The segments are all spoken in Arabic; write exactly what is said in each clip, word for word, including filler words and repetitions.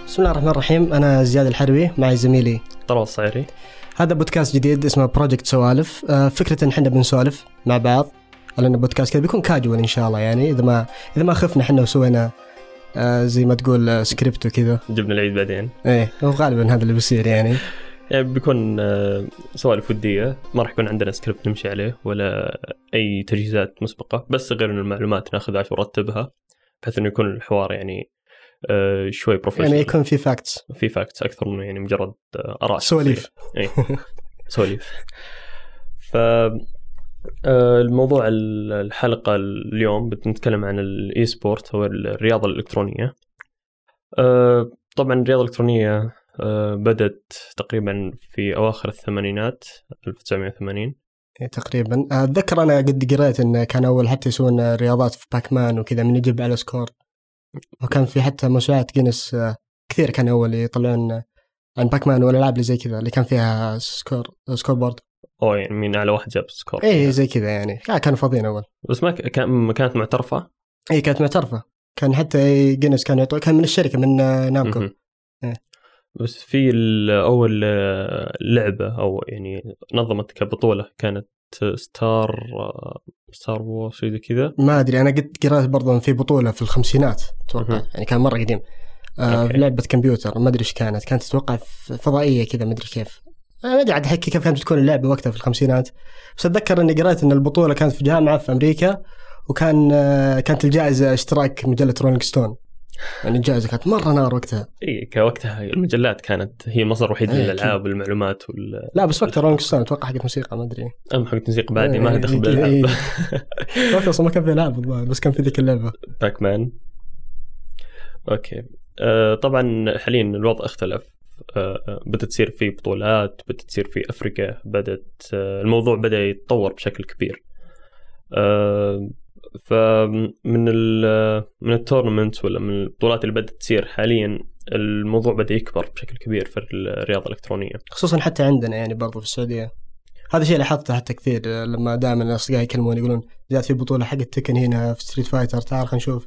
بسم الله الرحمن الرحيم. أنا زياد الحربي معي زميلي طلال الصعيري. هذا بودكاست جديد اسمه بروجكت سوالف. فكرة إن إحنا بنسولف مع بعض على إنه بودكاست كذا بيكون كاجوال إن شاء الله، يعني إذا ما إذا ما خفنا إحنا وسوينا زي ما تقول سكريبت وكذا جبنا العيد بعدين. إيه وغالبا هذا اللي بيصير يعني. يعني بيكون سوالف ودية، ما راح يكون عندنا سكريبت نمشي عليه ولا أي تجهيزات مسبقة، بس غير إن المعلومات ناخذها ونرتبها بحيث إنه يكون الحوار يعني Uh, شوي بروفيشنال، يعني يكون في فاكتس في فاكتس أكثر من يعني مجرد آراء سواليف. أي سواليف. فالموضوع الحلقة اليوم بنتكلم عن الإي سبورت أو الرياضة الإلكترونية. uh, طبعا الرياضة الإلكترونية uh, بدأت تقريبا في أواخر الثمانينات ألف وتسعمائة وثمانين تقريبا. أتذكر أنا قد قرأت إن كان أول حتى يسوون رياضات في باكمان وكذا من يجيب على سكور، وكان في حتى موسوعات جينيس كثير كان أول يطلعون عن باكمان والألعاب اللي زي كذا اللي كان فيها سكور سكور بورد. أو يعني من أعلى واحد جاب سكور. إيه زي كذا يعني كانوا فاضيين أول، بس ما كان ما كانت معترفة. إيه كانت معترفة، كان حتى جينيس كان يعطوا، كان من الشركة من نامكو. إيه. بس في أول لعبة أو يعني نظمت كبطولة كانت ستار ستار وورز شيء كذا، ما أدري. أنا قد قرأت برضه في بطولة في الخمسينات أتوقع، يعني كان مرة قديم. آه في لعبة كمبيوتر ما أدري إيش كانت كانت تتوقع فضائية كذا ما أدري كيف، ما أدري عاد حكي كيف كانت تكون اللعبة وقتها في الخمسينات. بس أتذكر إني قرأت إن البطولة كانت في جامعة في أمريكا، وكان آه كانت الجائزة اشتراك مجلة رولينج ستون، يعني الجائزة كانت مرة نار وقتها. إيه كوقتها المجلات كانت هي المصدر الوحيد للألعاب والمعلومات وال... لا بس وقتها رولينج ستون أتوقع حق موسيقى ما أدري. أم حق موسيقى بعدي ما دخل بالألعاب. وقتها أصلا ما كان في ألعاب بس كان في ذيك اللعبة باكمان. أوكي. آه طبعا حاليا الوضع اختلف. آه بدأت تصير في بطولات، بدأت تصير في أفريقيا، بدأت آه الموضوع بدأ يتطور بشكل كبير. آه فمن ال من التورنمنت ولا من البطولات اللي بدأت تصير حاليا الموضوع بدأ يكبر بشكل كبير في الرياضة الإلكترونية، خصوصا حتى عندنا يعني برضو في السعودية. هذا شيء لاحظته حتى كثير لما دائما الأصدقاء يكلمون يقولون جات في بطولة حق التكن هنا في ستريت فايتر، تعال خلينا نشوف.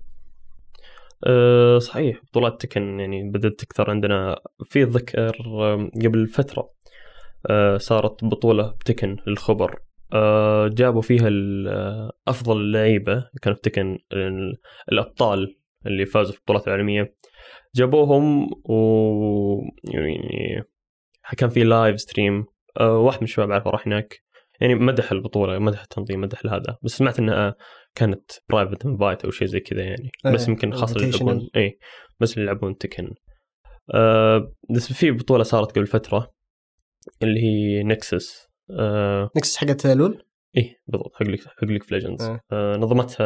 أه صحيح، بطولات تكن يعني بدأت تكثر عندنا. في ذكر قبل فترة أه صارت بطولة بتكن للخبر، أه جابوا فيها أفضل اللعيبة كانوا في تكن، الأبطال اللي فازوا في البطولات العالمية جابوهم، ويعني كان في لايف ستريم. أه واحد من الشباب عارفه راح هناك يعني مدح البطولة، مدح التنظيم، مدح هذا، بس سمعت انها كانت برايفت انفايت او شيء زي كذا يعني، بس يمكن خاصة اللي يلعبون اي بس اللي يلعبون تكن. أه بس في بطولة صارت قبل فترة اللي هي نكسس. أه نكسس حقت لول. ايه بالضبط، حق لك حق لك في ليجندز. أه. أه نظمتها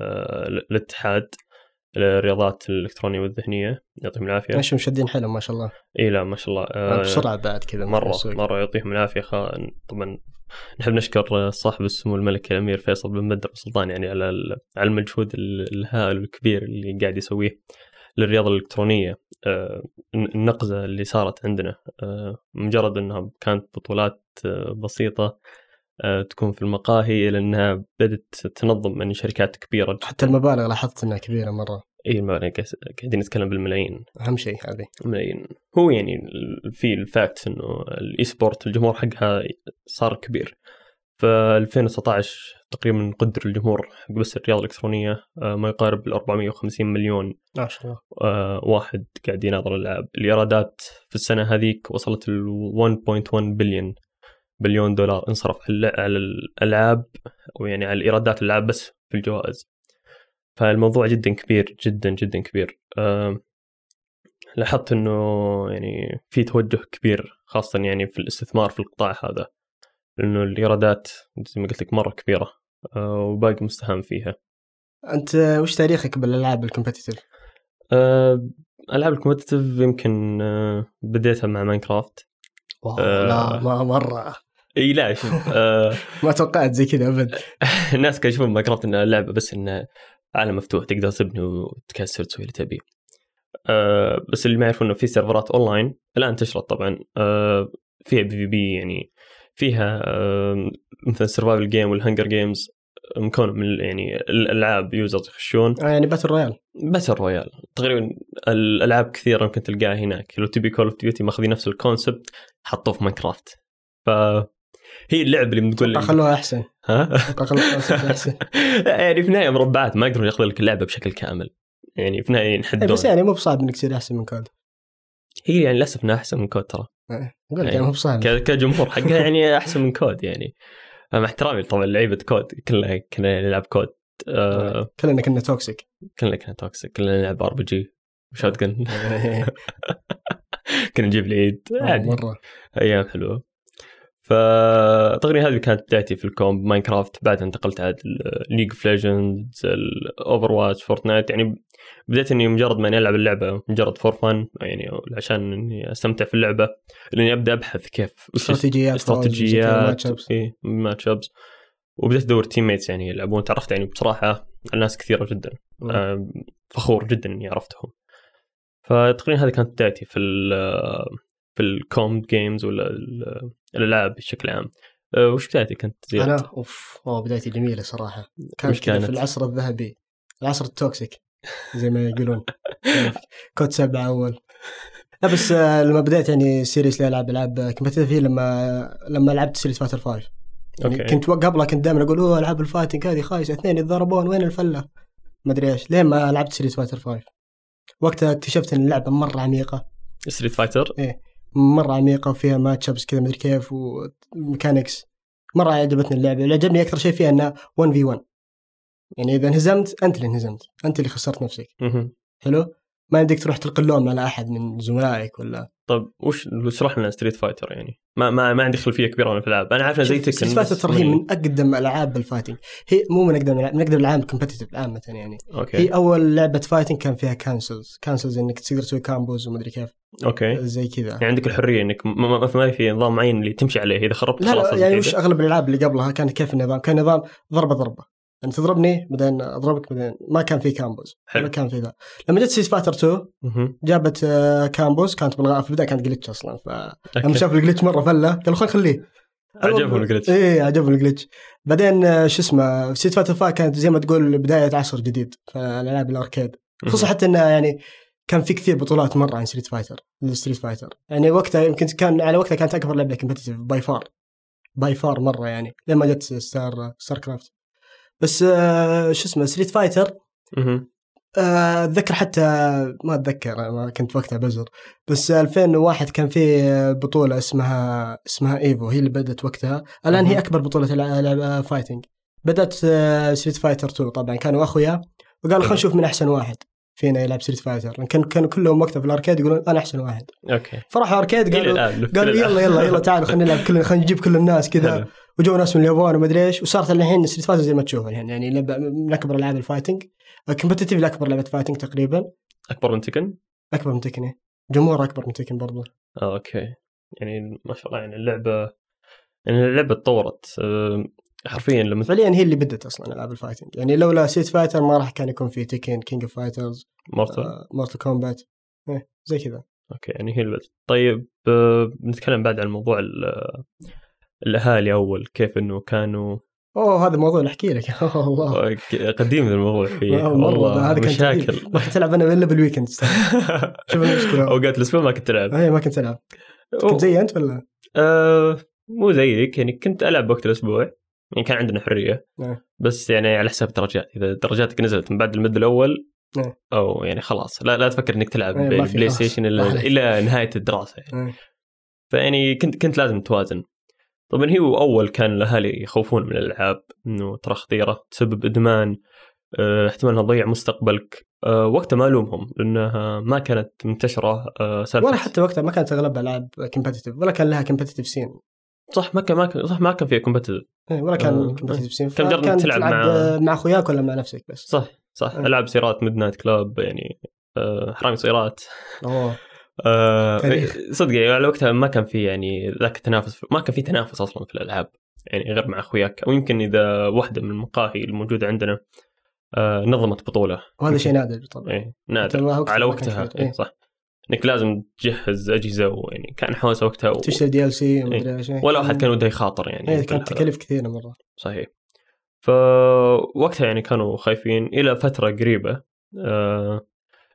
الاتحاد الرياضات الإلكترونية والذهنية، يعطيهم العافية. ماشي مشدين حيلهم ما شاء الله. إيه لا ما شاء الله. أه بسرعة بعد كذا مرة مرة يعطيهم العافية. خ... طبعا نحب نشكر صاحب السمو الملكي الأمير فيصل بن بدر سلطان يعني على على المجهود الهائل الكبير اللي قاعد يسويه للرياضة الإلكترونية. أه النقزة اللي صارت عندنا أه مجرد أنها كانت بطولات أه بسيطة أه تكون في المقاهي، إلى أنها بدأت تنظم من شركات كبيرة. حتى المبالغ لاحظت أنها كبيرة مرة. إيه المبالغ قاعدين نتكلم بالملايين، أهم شيء هذه ملايين. هو يعني في الفاكت إنه الإي سبورت الجمهور حقها صار كبير. في ألفين وتسعة عشر تقريبا نقدر الجمهور حق بس الرياضة الإلكترونية ما يقارب الأربعمائة وخمسين مليون ما شاء الله واحد قاعد يناظر الألعاب. الإيرادات في السنة هذيك وصلت ل واحد فاصلة واحد بليون بليون دولار انصرف على الألعاب، ويعني على الإيرادات الألعاب بس في الجوائز. فالموضوع جدا كبير جدا جدا كبير. أه لاحظت انه يعني في توجه كبير خاصة يعني في الاستثمار في القطاع هذا، لانه الايرادات زي ما قلت لك مرة كبيرة أه وباقي مستهام فيها. انت وش تاريخك بالالعاب الكومبيتيتيف؟ أه العاب الكومبيتيتيف يمكن أه بديتها مع ماينكرافت. أه لا ما مرة اي لا شوف أه ما توقعت زي كذا ابد. الناس كانوا يشوفون ماينكرافت انها لعبة بس انها عالم مفتوح تقدر تبني وتكسر تسوي اللي تبيه. أه بس اللي ما يعرفون انه في سيرفرات اونلاين الان تشرط طبعا أه فيها بي في بي، يعني فيها أه مثلا سرفايفل جيم والهنجر جيمز مكون من يعني الالعاب يوزرز يخشون آه يعني باتل رويال. باتل رويال تقريبا الالعاب كثيره ممكن تلقاها هناك. لو تبي كول اوف ديوتي ماخذين نفس الكونسبت حطوه في ماينكرافت، فهي اللعبه اللي بتقول لك خلوها احسن. ها خلوها احسن يعني في النهايه مربعات ما يقدرون ياخذوا لك اللعبه بشكل كامل، يعني في النهايه نحدون. بس يعني مو بصعب انك تصير احسن من كود. هي يعني للاسف انها احسن من كود ترى. اقول لك يعني مو بصعب كجمهور حقها يعني احسن من كود يعني. مع احترامي طبعا لعيبه كود كلنا كنا نلعب كود. آه كلنا كنا توكسيك كلنا كنا توكسيك كلنا نلعب ار بي جي وشوتجن. كنا نجيب العيد يعني مره ايام حلوه. فتقريبا هذه كانت بدايتي في الكوم ماينكرافت. بعدها انتقلت على ليج اوف ليجندز، الاوفر واتش، فورتنايت. يعني بديت اني مجرد ما اني العب اللعبه مجرد فور فن يعني عشان اني استمتع في اللعبه، اني ابدا ابحث كيف استراتيجيات استراتيجيات اي ماتش ابس، وبدأت أدور تيم ميتس يعني يلعبون. تعرفت يعني بصراحة على ناس كثيرة جدا، فخور جدا إني عرفتهم. فتقريبا هذه كانت بدايتي في ال في الكوم جيمز ولا الألعاب بشكل عام. وش بدايتي كانت زيادة؟ أنا أوف أوه بدايتي جميلة صراحة. كانت, كانت في العصر الذهبي، العصر التوكسيك زي ما يقولون. كود سبعة أول. لا بس لما بدأت يعني سيريس لألعب ألعاب كمبيوتر فيه لما لما لعبت سيريس فايتر فايف. يعني كنت قبلها كنت دائما أقول أوه ألعاب الفايتنج هذه خايسة، اثنين يتضربون وين الفلة ما أدري إيش. لين ما لعبت سيريس فايتر فايف وقتها اكتشفت إن اللعبة مرة عميقة. سيريس فايتر إيه مرة عميقة وفيها ماتشابس كذا مدري كيف وميكانيكس. مرة عجبتني اللعبة. اللي عجبني أكثر شيء فيها إنها ون في ون، يعني إذا انهزمت أنت اللي انهزمت، أنت اللي خسرت نفسك. حلو، ما عندك تروح تلقي اللوم على أحد من زملائك ولا. طب وش شرح لنا ستريت فايتر يعني؟ ما ما ما عندي خلفية كبيرة من الألعاب. أنا عارف زي تكن. ستريت فايتر ترى هي من أقدم ألعاب الفايتنج. هي مو من أقدم من أقدم الألعاب الكومبتيتيف عامة يعني. أوكي. هي أول لعبة فايتنج كان فيها كانسلز كانسلز إنك تقدر تسوي كامبوز ومدري كيف. أوكي. زي كذا. يعني عندك الحرية إنك ما ما ما في نظام معين اللي تمشي عليه. إذا خربت لا خلاص. لا يعني وش أغلب الألعاب اللي قبلها كان كيف النظام؟ كان نظام ضربة ضربة. أنت تضربني بعدين أضربك بعدين، ما كان في كامبوز. ما كان في ذا. لما جت سيس فايتر تو جابت كامبوز كانت بالغاء. في البداية كانت جلتش أصلاً. فلما شاف الجلتش مرة فلة قالوا خلينا نخليه. عجبهم الجلتش. إيه عجبهم الجلتش. بعدين شو اسمه سيس فايتر فايف كانت زي ما تقول بداية عصر جديد في الألعاب الأركيد. خصوصا حتى إنها يعني كان في كثير بطولات مرة عن ستريت فايتر. الستريت فايتر يعني وقتها يمكن كان على وقتها كانت أكبر لعبة كومبتيتيف باي فار باي فار مرة يعني لما جت ستار ستار كرافت. بس آه شو اسمه ستريت فايتر أتذكر آه حتى ما أتذكر ما كنت وقتها بزر. بس ألفين وواحد كان في بطولة اسمها اسمها إيفو، هي اللي بدأت وقتها. الآن هي أكبر بطولة لعبة فايتنج. بدأت آه ستريت فايتر تو. طبعا كانوا أخويا وقالوا خلينا نشوف من أحسن واحد فينا يلعب ستريت فايتر. كان كانوا كلهم وقتها في الأركيد يقولون أنا أحسن واحد. أوكي. فرحوا أركيد قالوا قالوا يلا يلا يلا تعالوا خلينا نلعب كلنا، خلينا نجيب كل الناس كذا. وجو ناس من اليابان وما ادري ايش. وصارت الحين ستريت فايتر زي ما تشوف الحين يعني لعبه من اكبر العاب الفايتنج كومبتيتيف، اكبر لعبه فايتنج تقريبا. اكبر من تكن. اكبر من تكن جمهور اكبر من تكن برضه. آه، اوكي. يعني ما شاء الله يعني اللعبه يعني اللعبه تطورت حرفيا لما فعليا هي اللي بدت اصلا العاب الفايتنج. يعني لولا ستريت فايتر ما راح كان يكون في تكن كينج اوف فايترز مورتال آه، مورتال كومبات إيه زي كذا. اوكي يعني هي البدت. طيب آه، بنتكلم بعد عن موضوع الاهالي اول كيف انه كانوا. اوه هذا موضوع نحكي لك. والله قديم الموضوع فيه والله. هذا مشاكل ما كنت العب انا الا بالويكند. شوف المشكله اوقات الاسبوع ما كنت العب. اي ما كنت العب. كنت زي انت ولا أه مو زيك يعني كنت العب وقت الاسبوع يعني كان عندنا حريه أه. بس يعني على حساب درجات. اذا درجاتك نزلت من بعد المد الاول أه. او يعني خلاص لا لا تفكر انك تلعب أه. بلاي ستيشن الا الى نهايه الدراسه يعني. أه. فيعني كنت كنت لازم توازن. طبعا هو أول كان الأهالي يخوفون من الألعاب إنه ترى خطيرة تسبب إدمان اه احتمال أنها تضيع مستقبلك. اه وقتها ما ألومهم لأنها ما كانت منتشرة اه ولا حتى وقتها ما كانت أغلب ألعاب كومبتيتيف ولا كان لها كومبتيتيف سين. صح ما كان ما كان صح ما كان فيها كومبتيتيف ولا كان كومبتيتيف سين. كان مجرد تلعب مع مع أخوياك ولا مع نفسك بس. صح صح اه. ألعاب سيارات ميدنايت كلاب يعني اه حرامي سيارات. أوه. آه صدق يعني على وقتها ما كان في يعني ذاك التنافس، ما كان في تنافس أصلا في الألعاب يعني غير مع أخوياك. أو يمكن إذا واحدة من المقاهي الموجودة عندنا آه نظمت بطولة وهذا شيء نادر طبعا. إيه نادر على وقتها. إيه صح إنك لازم تجهز أجهزة ويعني كان حوسة وقتها و... تشتري دي إل سي إيه. ولا واحد كان وده يخاطر يعني. إيه كانت تكلف كثيرة مرة. صحيح. فوقتها يعني كانوا خايفين إلى فترة قريبة آه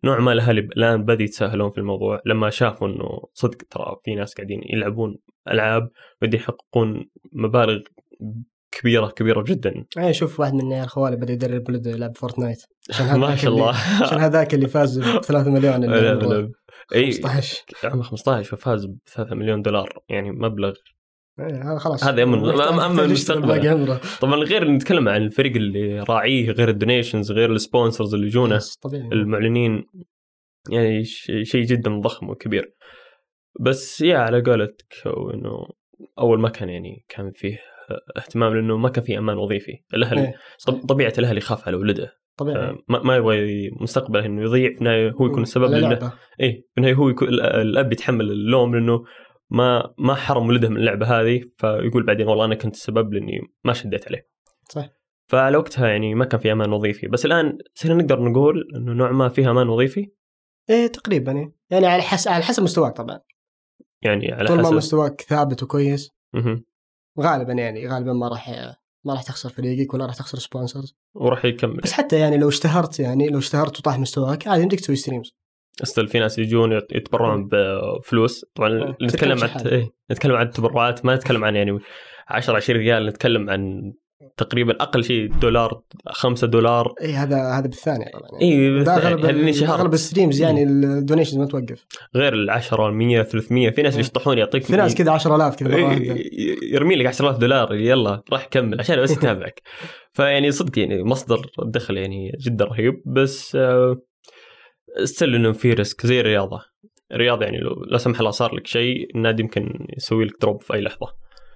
نوع ما الاهالي الان بدأوا يتساهلون في الموضوع لما شافوا انه صدق ترى في ناس قاعدين يلعبون العاب بدي يحققون مبالغ كبيره كبيره جدا. اي شوف واحد من عيال خوالي بدا يدرب ولده يلعب فورتنايت عشان ما شاء الله عشان هذاك اللي فاز ب ثلاثة مليون اللي اي خمسطعش عمره خمسطعش ففاز ب ثلاثة مليون دولار يعني مبلغ. هذا خلاص هذا أمن أما المستقبل. طبعا غير نتكلم عن الفريق اللي راعيه غير الدونيشنز غير السبونسرز اللي يجونا المعلنين يعني شيء جدا ضخم وكبير. بس يا على قولتك إنه أول ما كان يعني كان فيه اهتمام لأنه ما كان فيه أمان وظيفي. الأهل طبيعة الأهل يخاف على ولده طبيعي. ما ما يبغى مستقبله إنه يضيع في هو يكون السبب لأنه إيه إنه هو يكون الأب يتحمل اللوم لأنه ما ما حرم ولده من اللعبة هذه فيقول بعدين والله أنا كنت السبب لأني ما شديت عليه. صح. فعلى وقتها يعني ما كان في أمان وظيفي بس الآن صرنا نقدر نقول إنه نوع ما فيها أمان وظيفي. إيه تقريبا يعني على حسب على حسب مستواك طبعا. يعني على طول حسب ما مستواك ثابت وكويس. م- غالبا يعني غالبا ما راح ما راح تخسر فريقك ولا راح تخسر سبونسرز وراح يكمل. بس حتى يعني لو اشتهرت يعني لو اشتهرت وطاح مستواك عادي يمديك تسوي ستريمز. استل في ناس يجون يتبرعون بفلوس طبعا. نتكلم عن إيه نتكلم عن التبرعات ما نتكلم عن يعني عشرة عشرين ريال نتكلم عن تقريبا أقل شيء دولار خمسة دولار. إيه هذا هذا بالثانية طبعا. إيه أغلب أغلب الستريمز يعني الدونيشنز ما توقف غير العشرة المية ثلاثمية. في ناس اللي يشطحون يعطيك في ناس كذا عشرة آلاف كذا يرمي لك عشرة آلاف دولار يلا راح يكمل عشان بس يتابعك. فيعني صدق يعني مصدر الدخل يعني جدا رهيب. بس استل إنه في ريسك زي الرياضة. الرياضة يعني لو لا سمح الله صار لك شيء النادي يمكن يسوي لك دروب في أي لحظة.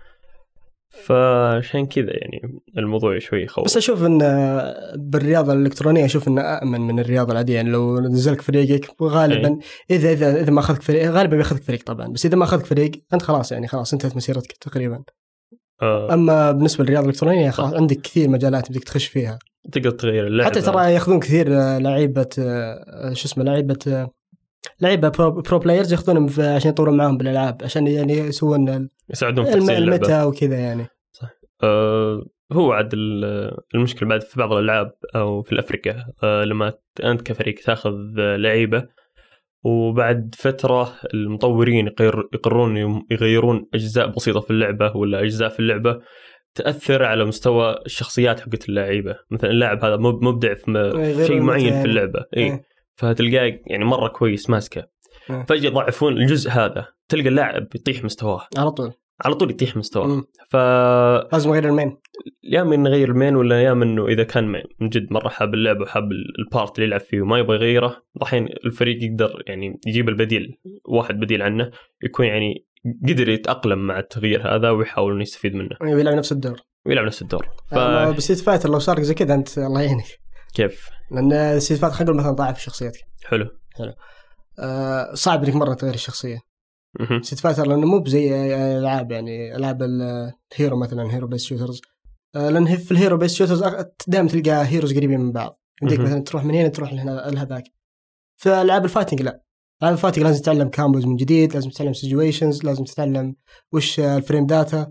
فعشان كذا يعني الموضوع شوي يخوف. بس أشوف إن بالرياضة الإلكترونية أشوف إنه أأمن من الرياضة العادية. يعني لو نزلك فريقك غالبا أي. إذا إذا إذا ما أخذك فريق غالبا بيأخذك فريق طبعا. بس إذا ما أخذك فريق أنت خلاص يعني خلاص انتهت مسيرتك تقريبا. آه. أما بالنسبة للرياضة الإلكترونية خلاص عندك كثير مجالات بدك تخش فيها. تقدر تغير اللعبة. حتى ترى يأخذون كثير لعيبة شو اسمه لعيبة لعيبة برو, برو بلايرز يأخذونهم عشان يطورون معهم بالألعاب عشان يعني يسوون يساعدون في تحسين اللعبة الميتا وكذا يعني. صح. أه هو عاد المشكلة بعد في بعض الألعاب أو في الأفريقيا أه لما أنت كفريق تأخذ لعيبة وبعد فترة المطورين يقررون يغيرون أجزاء بسيطة في اللعبة ولا أجزاء في اللعبة تأثر على مستوى الشخصيات حقت اللعيبة. مثلا اللاعب هذا مبدع في شيء معين يعني. في اللعبة إيه فتلقاه يعني مرة كويس ماسكه فجأة يضعفون الجزء هذا تلقى اللاعب يطيح مستواه على طول على طول يطيح مستواه. ف لازم نغير المين يا من نغير المين ولا يا منه إذا كان من جد مرة حاب اللعبة وحاب البارت اللي يلعب فيه وما يبغى يغيره ضحين الفريق يقدر يعني يجيب البديل واحد بديل عنه يكون يعني قدر يتأقلم مع التغيير هذا ويحاول إنه يستفيد منه ويلعب نفس الدور ويلعب نفس الدور. ف... بس فايتر لو صار زي كذا أنت الله يعينك. كيف؟ لأن سيد فايتر خلينا مثلا ضعف شخصيتك. حلو حلو آه صعب إنك مرة تغير الشخصية. سيد فايتر لأنه مو بزي ألعاب يعني ألعاب الهيرو مثلا هيرو بيس شوترز آه لأن في الهيرو بيس شوترز دائما تلقى هيروز قريبين من بعض يمديك مثلا تروح من هنا تروح لهنا لهذاك. في ألعاب الفايتنج لا ألعاب الفايتنج لازم تتعلم كامبوز من جديد لازم تتعلم سيجويشنز لازم تتعلم وش الفريم داتا.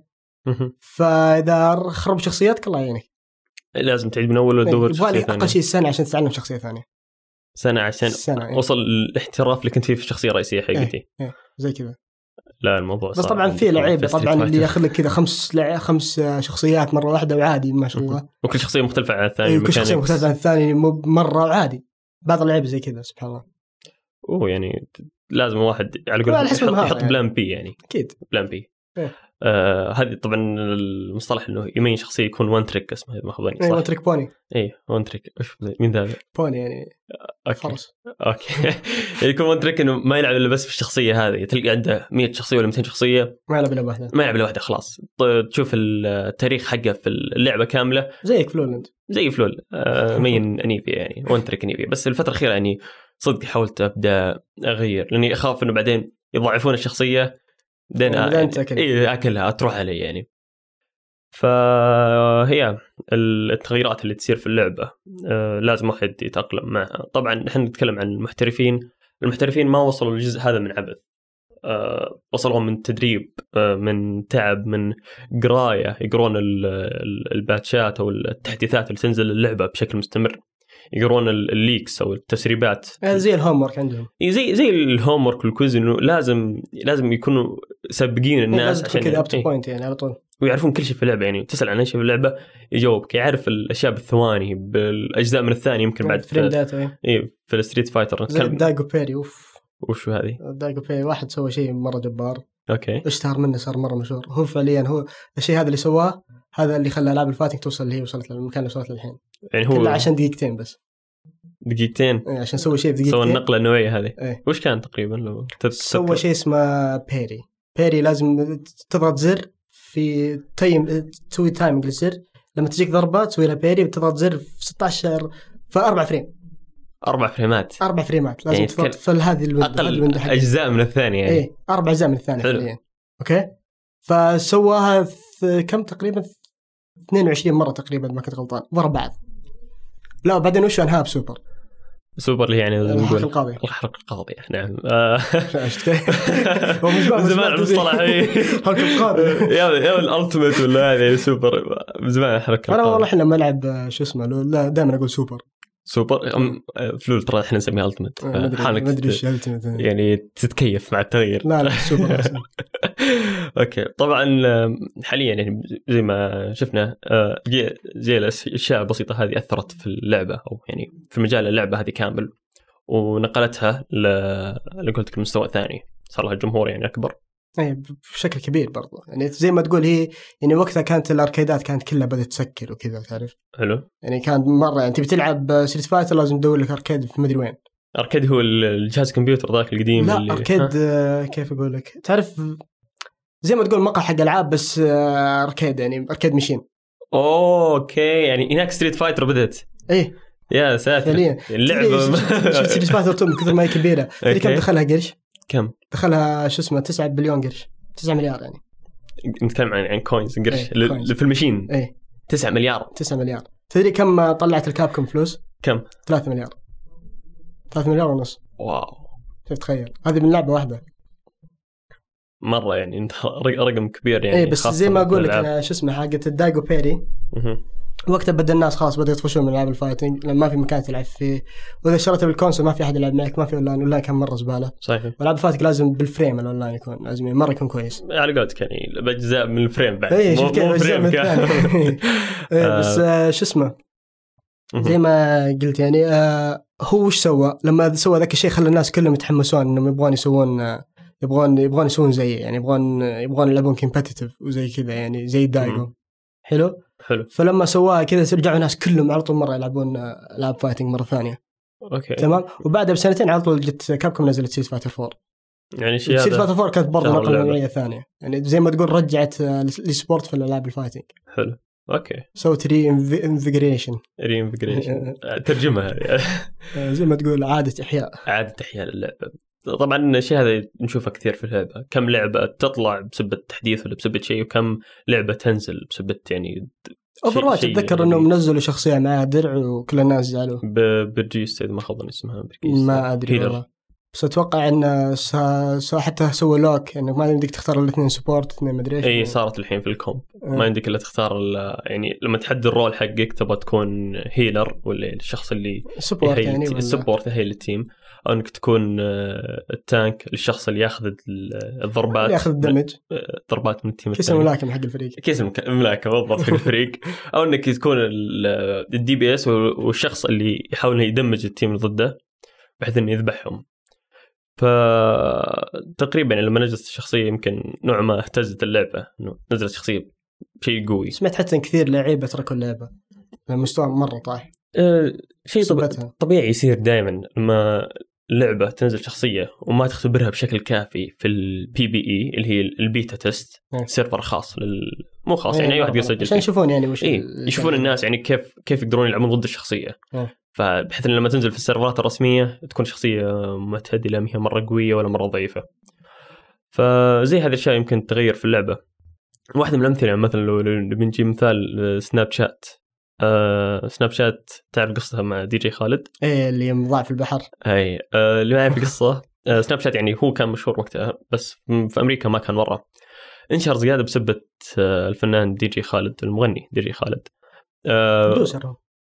فإذا خرب شخصياتك الله يعينك لازم تعيد من أول ودور شخصية ثانية. أقل شيء سنة عشان تتعلم شخصية ثانية. سنة عشان سنة وصل الاحتراف اللي كنت فيه في الشخصية الرئيسية حقتي. إيه. إيه. زي كذا. لا الموضوع بس طبعا في لعيبة طبعا اللي ياخذ لك كذا خمس لع... خمس شخصيات مرة واحدة وعادي ما شاء الله. وكل شخصية مختلفة عن الثانية. إيه. كل شخصية مختلفة عن الثانية مرة وعادي. بعض اللعيبة زي كذا سبحان الله. أوه يعني لازم واحد على قول يحط, يحط يعني. بلان بي يعني. أكيد. بلان بي. إيه. آه هذه طبعا المصطلح انه يمين شخصيه يكون وان تريك اسمه ما خبرني صح. وان تريك بوني. اي وان تريك ايش مين ذا بوني يعني اوكي خلاص اوكي يكون وان تريك انه ما يلعب الا بس في الشخصيه هذه تلقى عنده مية شخصيه ولا مئتين شخصيه ما يلعب الا واحده ما يلعب الا واحده خلاص. تشوف التاريخ حقه في اللعبه كامله زي فلول زي فلول آه مين انيفي يعني وان تريك انيفي. بس الفتره الاخيره يعني صدق حاولت ابدا اغير لاني اخاف انه بعدين يضعفون الشخصيه دين أكل. إيه أكلها تروح علي يعني. فهي التغييرات اللي تصير في اللعبة آه لازم واحد يتأقلم معها. طبعا نحن نتكلم عن المحترفين. المحترفين ما وصلوا للجزء هذا من عبث آه وصلوا من تدريب آه من تعب من قراية يقرون الباتشات أو التحديثات اللي تنزل اللعبة بشكل مستمر يقرون الليكس او التسريبات زي الهوم ورك عندهم زي زي الهوم ورك والكويز انه لازم لازم يكونوا سابقين الناس عشان كذا اب تو بوينت يعني على طول ويعرفون كل شيء في اللعبه يعني تسال عن اي شيء في اللعبه يجاوبك يعرف الاشياء بالثواني بالاجزاء من الثانيه يمكن بعد فريم داتا اي في الستريت فايتر نتكلم دايجو بيري اوف وشو هذه دايجو بيري واحد سوى شيء مره جبار اوكي اشتهر منه صار مره مشهور هو فعليا هو الشيء هذا اللي سواه هذا اللي خلى العاب الفايتنج توصل اللي هي وصلت للمكان اللي وصلت للحين يعني هو كله عشان دقيقتين بس دقيقتين ايه عشان سوى شيء في دقيقتين سوى النقله النوعيه هذه ايه. وش كان تقريبا لو سوى شيء اسمه بيري بيري لازم تضغط زر في تايم تسوي تايمنج للزر لما تجيك ضربه تسوي لها بيري وتضغط زر في ستة عشر في أربع فريم أربع فريمات أربع فريمات لازم يعني تضغط في هذه أقل أجزاء من الثانية يعني. إيه أربع أجزاء من الثانية حاليا أوكي فسواها في كم تقريبا اثنين وعشرين مرة تقريبا ما كنت غلطان ورا بعض لا وبعدين وش أنهاها بسوبر سوبر اللي يعني الحرق القاضي الحرق القاضي نعم هو من زمان المصطلح الحرق القاضي يا يا الالتيميت ولا هذا سوبر من زمان الحرق القاضي انا والله احنا لما نلعب شو اسمه لا دائما اقول سوبر سوبر فلول ترى احنا نسميها التيميت حالك ما ادري ايش التيميت يعني تتكيف مع التغيير لا لا سوبر اوكي طبعا حاليا يعني زي ما شفنا زي الاشياء البسيطه هذه اثرت في اللعبه او يعني في مجال اللعبه هذه كامل ونقلتها ل قلت لك المستوى الثاني صار لها جمهور يعني اكبر اي بشكل كبير برضو يعني زي ما تقول هي يعني وقتها كانت الاركيدات كانت كلها بدأت تسكر وكذا تعرف حلو يعني كان مره يعني تبي تلعب ستريت فايتر لازم تدور لك اركيد في مدري وين اركيد هو الجهاز كمبيوتر ذاك القديم لا اللي اركيد آه كيف اقول لك تعرف زي ما تقول مقهى حق العاب بس آه اركيد يعني اركيد ماشين اوكي يعني هناك ستريت فايتر بدت ايه يا ساتر اللعبه شفت ستريت فايتر تو من كثر ما هي كبيره اللي كم دخلها قرش كم دخلها شو اسمه تسعة بليون قرش تسعة مليار يعني نتكلم عن عن كوينز قرش ايه اللي في المشين ايه تسعة مليار تسعة مليار تدري كم طلعت الكابكوم فلوس كم ثلاثة مليار ثلاثة مليار ونص واو شوف تخيل هذه من لعبه واحده مره يعني انت رقم كبير يعني ايه بس زي ما اقول لك انا شو اسمه حقه الدايجو بيري وقتها بدا الناس خلاص بدأوا يطفشون من العاب الفايتنج لما ما في مكان تلعب فيه واذا شريته بالكونسول ما في احد يلعب معك ما في اونلاين اونلاين كان مره زباله صحيح والعاب الفايتنج لازم بالفريم الاونلاين يكون لازم مره يكون كويس على قولتك يعني باجزاء من الفريم بعد ايه مو فريم ايه بس آه شو اسمه زي ما قلت يعني آه هو وش سوى لما سوى ذاك الشيء خلى الناس كلهم يتحمسون انهم يبغون يسوون آه يبغون يبغون يسوون زي يعني يبغون يبغون يلعبون كومبيتيتيف وزي كذا يعني زي دايجو حلو حلو فلما سواها كذا رجعوا الناس كلهم على طول مره يلعبون العاب فايتنج مره ثانيه اوكي تمام وبعدها بسنتين على طول جت كابكوم نزلت سيت فايتر فور يعني شيء سيت فايتر فور كانت برضه نقله نوعيه ثانيه يعني زي ما تقول رجعت السبورت في الالعاب الفايتنج حلو اوكي سوت ري انفيجريشن ري انفيجريشن ترجمها زي ما تقول اعاده احياء اعاده احياء اللعبه طبعا الشيء هذا نشوفه كثير في اللعبة كم لعبة تطلع بسبب تحديث ولا بسبب شيء وكم لعبة تنزل بسبب يعني اوفرواتش اتذكر انهم نزلوا شخصية معها درع وكل الناس زعلوا برجيست ما خضني اسمها ما ادري والله بس اتوقع ان سا... سا حتى سووا لوك انك يعني ما يمديك تختار الاثنين سبورت اثنين مدري ايش اي صارت الحين في الكومب أه. ما يمديك الا تختار يعني لما تحدد الرول حقك تبغى تكون هيلر ولا الشخص اللي سبورت يعني السبورت هي التيم او انك تكون التانك للشخص اللي ياخذ الضربات اللي ياخذ الدمج ضربات من التيم كيس الملاكم حق الفريق كيس الملاكم بالضبط حق الفريق او انك تكون الدي بي اس والشخص اللي يحاول يدمج التيم اللي ضده بحيث انه يذبحهم. فتقريبا لما نزلت الشخصيه يمكن نوع ما اهتزت اللعبه انه نزلت شخصيه شيء قوي. سمعت حتى ان كثير لعيبه تركوا اللعبه المستوى مره طايح. أه شيء طب... طبيعي يصير دائما لما لعبه تنزل شخصيه وما تختبرها بشكل كافي في البي بي اي اللي هي البيتا تيست سيرفر خاص لل... مو خاص يعني اي واحد يسجل عشان يشوفون يعني وش إيه؟ يشوفون الناس يعني كيف كيف يقدرون يلعبون ضد الشخصيه. أه. فبحيث ان لما تنزل في السيرفرات الرسميه تكون شخصيه معتدله ما هي مره قويه ولا مره ضعيفه. فزي هذه الاشياء يمكن تغير في اللعبه. واحده من الامثله مثلا لو بنجي مثال سناب شات. آه سناب شات تعرف قصتها مع دي جي خالد؟ ايه اللي مضاع في البحر. اي آه اللي معي في القصه آه سناب شات يعني هو كان مشهور وقتها بس في امريكا ما كان مره انشهر زياده بسبب آه الفنان دي جي خالد المغني دي جي خالد. برودوسر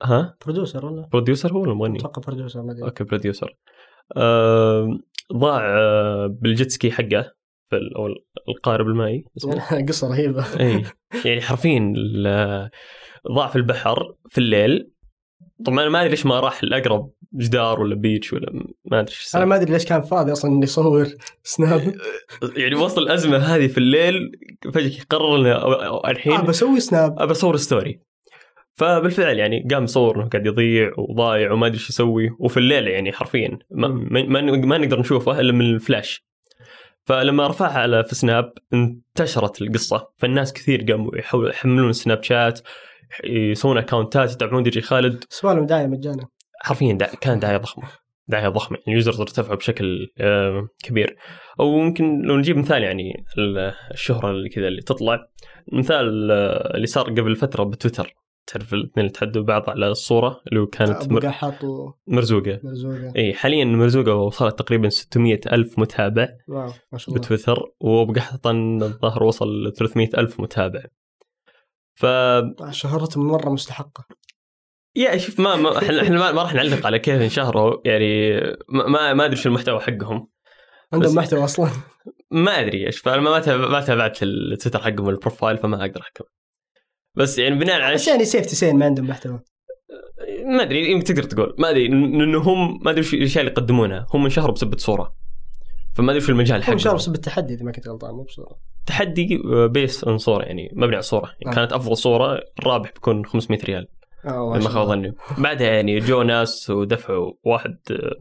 ها بروديوسر ولا بروديوسر هو المغني اتوقع بروديوسر ما ادري. اوكي بروديوسر. آه ضاع آه بالجيت سكي حقه في او القارب المائي اسمه. قصه رهيبه. اي يعني حرفيا ضاع في البحر في الليل. طبعا ما ادري ليش ما راح الاقرب جدار ولا بيتش ولا ما ادري ايش. انا ما ادري ليش كان فاضي اصلا انه يصور سناب. يعني وصل الازمه هذه في الليل فجاه قرر انه الحين ابى اسوي سناب ابى اصور ستوري. فبالفعل يعني قام صور انه قاعد يضيع وضايع وما ادري ايش يسوي وفي الليل يعني حرفيا ما, ما, ما نقدر نشوفه الا من الفلاش. فلما رفعها على في سناب انتشرت القصه فالناس كثير قاموا يحاولوا يحملون سناب شات يسوون اكاونتات يتابعون دي جي خالد. سوالهم دعايه مجانا حرفيا دا كان دعايه ضخمه دعايه ضخمه يعني اليوزرز ارتفعوا بشكل آه كبير. او ممكن لو نجيب مثال يعني الشهره اللي كذا اللي تطلع مثال آه اللي صار قبل فتره بتويتر. تعرف الاثنين اللي تحدوا بعض على الصورة اللي كانت مر... و... مرزوقة. مرزوقة اي حاليا مرزوقة وصلت تقريبا ستمية ألف متابع. واو ما شاء الله. بتويتر وبقحطن الظاهر وصل ثلاثمية ألف متابع. ف شهرتهم مرة مستحقة. يا شوف ما ما احنا ما, ما راح نعلق على كيف انشهروا يعني ما ما ادري شو المحتوى حقهم. عندهم محتوى اصلا ما ادري ايش فانا ما ما تابعت التويتر حقهم البروفايل فما اقدر احكم. بس يعني بناء على بس يعني سيفتي سين ما عندهم محتوى. ما ادري يمكن تقدر تقول ما ادري انه هم ما ادري ايش الاشياء اللي يقدمونها. هم انشهروا بسبب صوره فما ادري في المجال حقهم. انشهروا بسبب التحدي اذا ما كنت غلطان مو بصوره. تحدي بيس ان صوره يعني مبني على صوره يعني آه. كانت افضل صوره الرابح بيكون خمسمية ريال. اه ما خاب ظني. بعدها يعني جو ناس ودفعوا واحد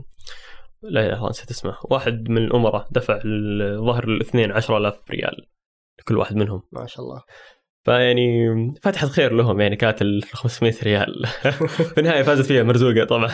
لا لا نسيت اسمه واحد من الامراء دفع الظهر الاثنين عشرة آلاف ريال لكل واحد منهم. ما شاء الله. فيعني فتحت خير لهم يعني كانت ال خمسمية ريال. في النهاية فازت فيها مرزوقة طبعا.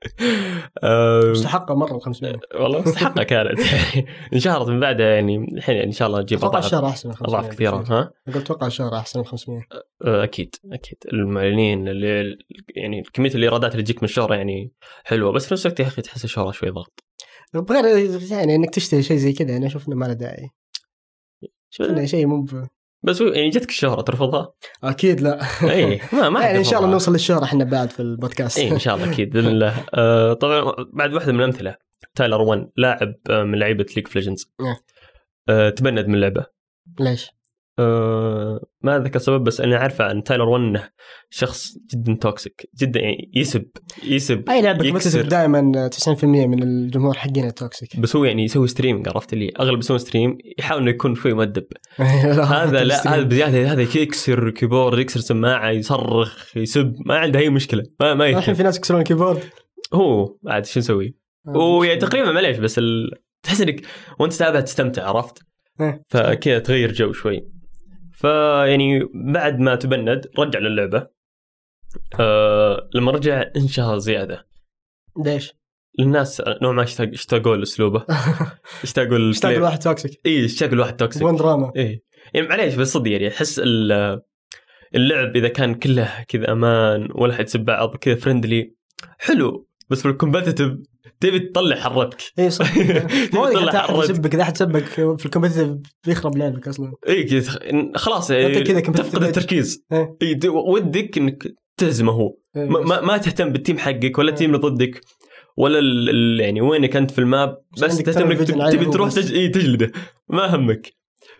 مستحقة مرة ال خمسمية والله مستحقة كانت يعني انشهرت من بعدها يعني الحين يعني إن شاء الله تجيب أضعاف الشهر أحسن من خمسمية أضعاف كثيرة. ها قلت توقع الشهر أحسن من خمسمية. أكيد أكيد المعلنين اللي يعني كمية الإيرادات اللي تجيك من الشهرة يعني حلوة بس في نفس الوقت يا أخي تحس الشهرة شوي ضغط. بغير يعني إنك تشتري شيء زي كذا أنا شوف إنه ما له داعي. شوفنا شيء مو بس يعني جتك الشهرة ترفضها؟ أكيد لا. أي ما ما يعني إن شاء الله نوصل للشهرة إحنا بعد في البودكاست. إيه إن شاء الله أكيد بإذن الله. آه طبعا بعد واحدة من الأمثلة تايلر ون لاعب من لعيبة ليج اوف ليجندز آه تبند من اللعبة. ليش؟ آه ما أذكر سبب بس أنا عارفة عن تايلر ون إنه شخص جدا توكسيك جدا يعني يسب يسب أي لعبة كومبتيتيف دائما تسعين بالمية من الجمهور حقنا توكسيك. بس هو يعني يسوي ستريم عرفت اللي أغلب يسوي ستريم يحاول إنه يكون شوي مؤدب. هذا لا هذا بزيادة هذا يكسر كيبورد يكسر سماعة يصرخ يسب ما عنده أي مشكلة ما ما الحين في ناس يكسرون كيبورد هو بعد شو نسوي. ويعني تقريبا معليش بس ال... تحس إنك وأنت تابع تستمتع عرفت فكذا تغير جو شوي. فيعني بعد ما تبند رجع للعبة. أه لما رجع انشهر زيادة. ليش؟ الناس نوع ما اشتاق اشتاقوا لأسلوبه. اشتاقوا اشتاق الواحد توكسيك. إيه اشتاق الواحد توكسيك. بون دراما. إيه يعني معليش بس صدق يعني أحس اللعب إذا كان كله كذا أمان ولا حد يسب بعض كذا فريندلي حلو بس في الكومبتيتيف تبي تطلع حرتك. اي صح. ما تطلع حرتك سبك اذا حد سبك في الكومبتيتيف بيخرب لعبك اصلا. اي خلاص كذا تفقد التركيز. اي ودك انك تهزمه هو ما ما تهتم بالتيم حقك ولا التيم اللي ضدك ولا ال يعني وينك انت في الماب بس تهتم انك تبي تروح تج... اي تجلده ما همك.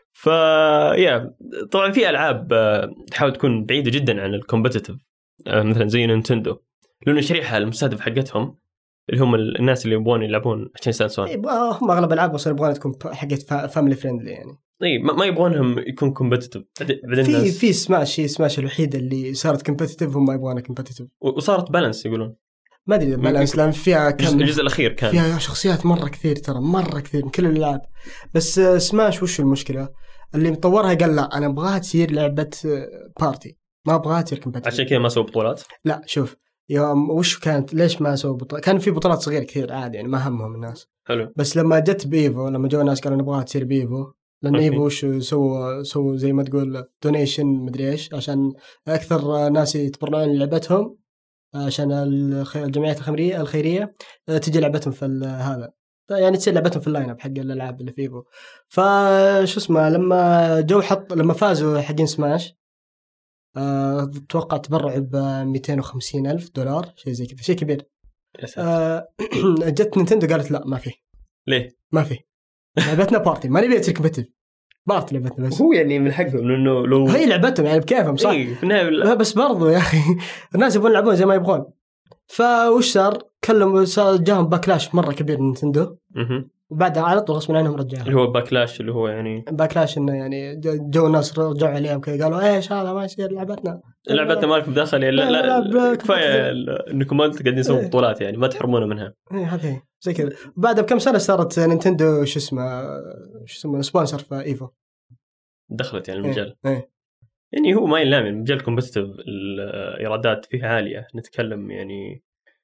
فيا طبعا في العاب تحاول تكون بعيده جدا عن الكومبتيتيف مثلا زي نينتندو لانه شريحه المستهدف حقتهم اللي هم الناس اللي يبغون يلعبون عشان يستانسون. هم اغلب العاب وصار يبغون تكون حقت فاميلي فريندلي يعني. اي ما يبغونهم يكون كومبتيتيف. بعدين في في سماش هي سماش الوحيده اللي صارت كومبتيتيف هم ما يبغونها كومبتيتيف وصارت بالانس يقولون ما ادري بالانس لان فيها كم الجزء الاخير كان فيها شخصيات مره كثير ترى مره كثير من كل الالعاب. بس سماش وش المشكله اللي مطورها قال لا انا ابغاها تصير لعبه بارتي ما ابغاها تصير كومبتيتيف عشان كذا ما سووا بطولات. لا شوف يوم وش كانت ليش ما سووا بطولات كان في بطولات صغيرة كثير عادي يعني ما همهم الناس. حلو. بس لما جت بيفو لما جو ناس قالوا نبغاها تصير بيفو لأن إيفو وش سووا سووا زي ما تقول دونيشن مدري إيش عشان أكثر ناس يتبرعون لعبتهم عشان الجمعيات الخيرية الخيرية تجي لعبتهم في هذا يعني تصير لعبتهم في اللاين اب حق الألعاب اللي في إيفو. فشو اسمه لما جو حط لما فازوا حقين سماش أتوقع تبرع ب مئتين وخمسين ألف دولار شيء زي كذا، شيء كبير. أه جت نينتندو قالت لا ما في. ليه؟ ما في لعبتنا بارتي، ما نبي تصير كومبتيتيف، بارتي لعبتنا بس. هو يعني من حقهم لأنه لو هي لعبتهم يعني بكيفهم صح. إيه في النهاية بس برضو يا أخي الناس يبغون يلعبون زي ما يبغون. فوش صار؟ كلموا جاهم باكلاش مرة كبير نينتندو، وبعدها على طول غصبا عنهم رجعوا. اللي هو باكلاش اللي هو يعني باكلاش انه يعني جو الناس رجعوا عليهم كذا قالوا ايش هذا ما يصير لعبتنا لعبتنا مالكم داخل يعني لا, لا, لا كفايه انكم انتم قاعدين تسوون بطولات يعني ما تحرمونا منها. اي هذه زي كذا. بعد بكم سنه صارت نينتندو شو اسمه شو اسمه سبونسر في ايفو، دخلت يعني المجال. ايه ايه. يعني هو ما يلام المجال كومبتيتيف الايرادات فيه عاليه. نتكلم يعني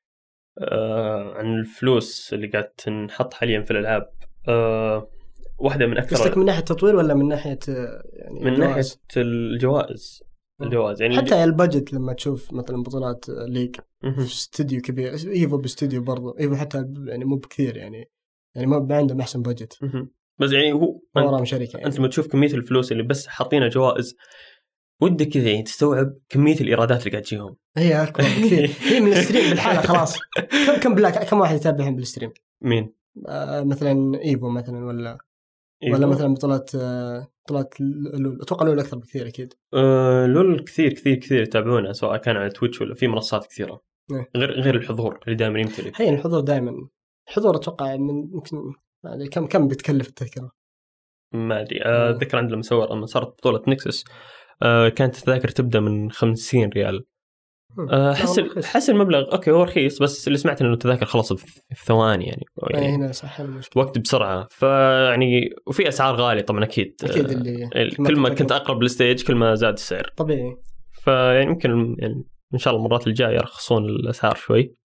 آه عن الفلوس اللي قاعد تنحط حاليا في الالعاب. آه واحده من اكثر. قصدك من ناحيه تطوير ولا من ناحيه يعني من ناحيه الجوائز؟ الجوائز يعني حتى البادجت لما تشوف مثلا بطولات ليج في استوديو كبير، ايفو باستوديو برضو ايفو حتى يعني مو بكثير يعني يعني ما عندهم احسن بادجت. بس يعني هو انت, يعني. انت لما تشوف كميه الفلوس اللي بس حاطينها جوائز ودك كذا يعني تستوعب كميه الايرادات اللي قاعد تجيهم. هي اكبر بكثير. هي من الستريم بالحاله خلاص. كم كم بلاك كم واحد يتابعهم بالستريم؟ مين آه مثلا ايفو مثلا ولا إيفو؟ ولا مثلا بطولات آه بطولات لول. اتوقع لول اكثر بكثير اكيد. آه لول كثير كثير كثير يتابعونها سواء كان على تويتش ولا في منصات كثيره. نه. غير غير الحضور اللي دائما يمتلك. هي الحضور دائما الحضور اتوقع من يمكن يعني كم كم بتكلف التذكره ما ادري. اتذكر آه عند لما صور لما صارت بطوله نكسس آه كانت التذاكر تبدا من خمسين ريال. احس آه حس المبلغ اوكي هو رخيص، بس اللي سمعت انه التذاكر خلص في ثواني يعني, يعني هنا صح وقت بسرعه. فيعني وفي اسعار غاليه طبعا اكيد اكيد اللي كل ما كنت اقرب للستيج كل ما زاد السعر طبيعي. فيعني يمكن يعني ان شاء الله المرات الجايه يرخصون الاسعار شوي.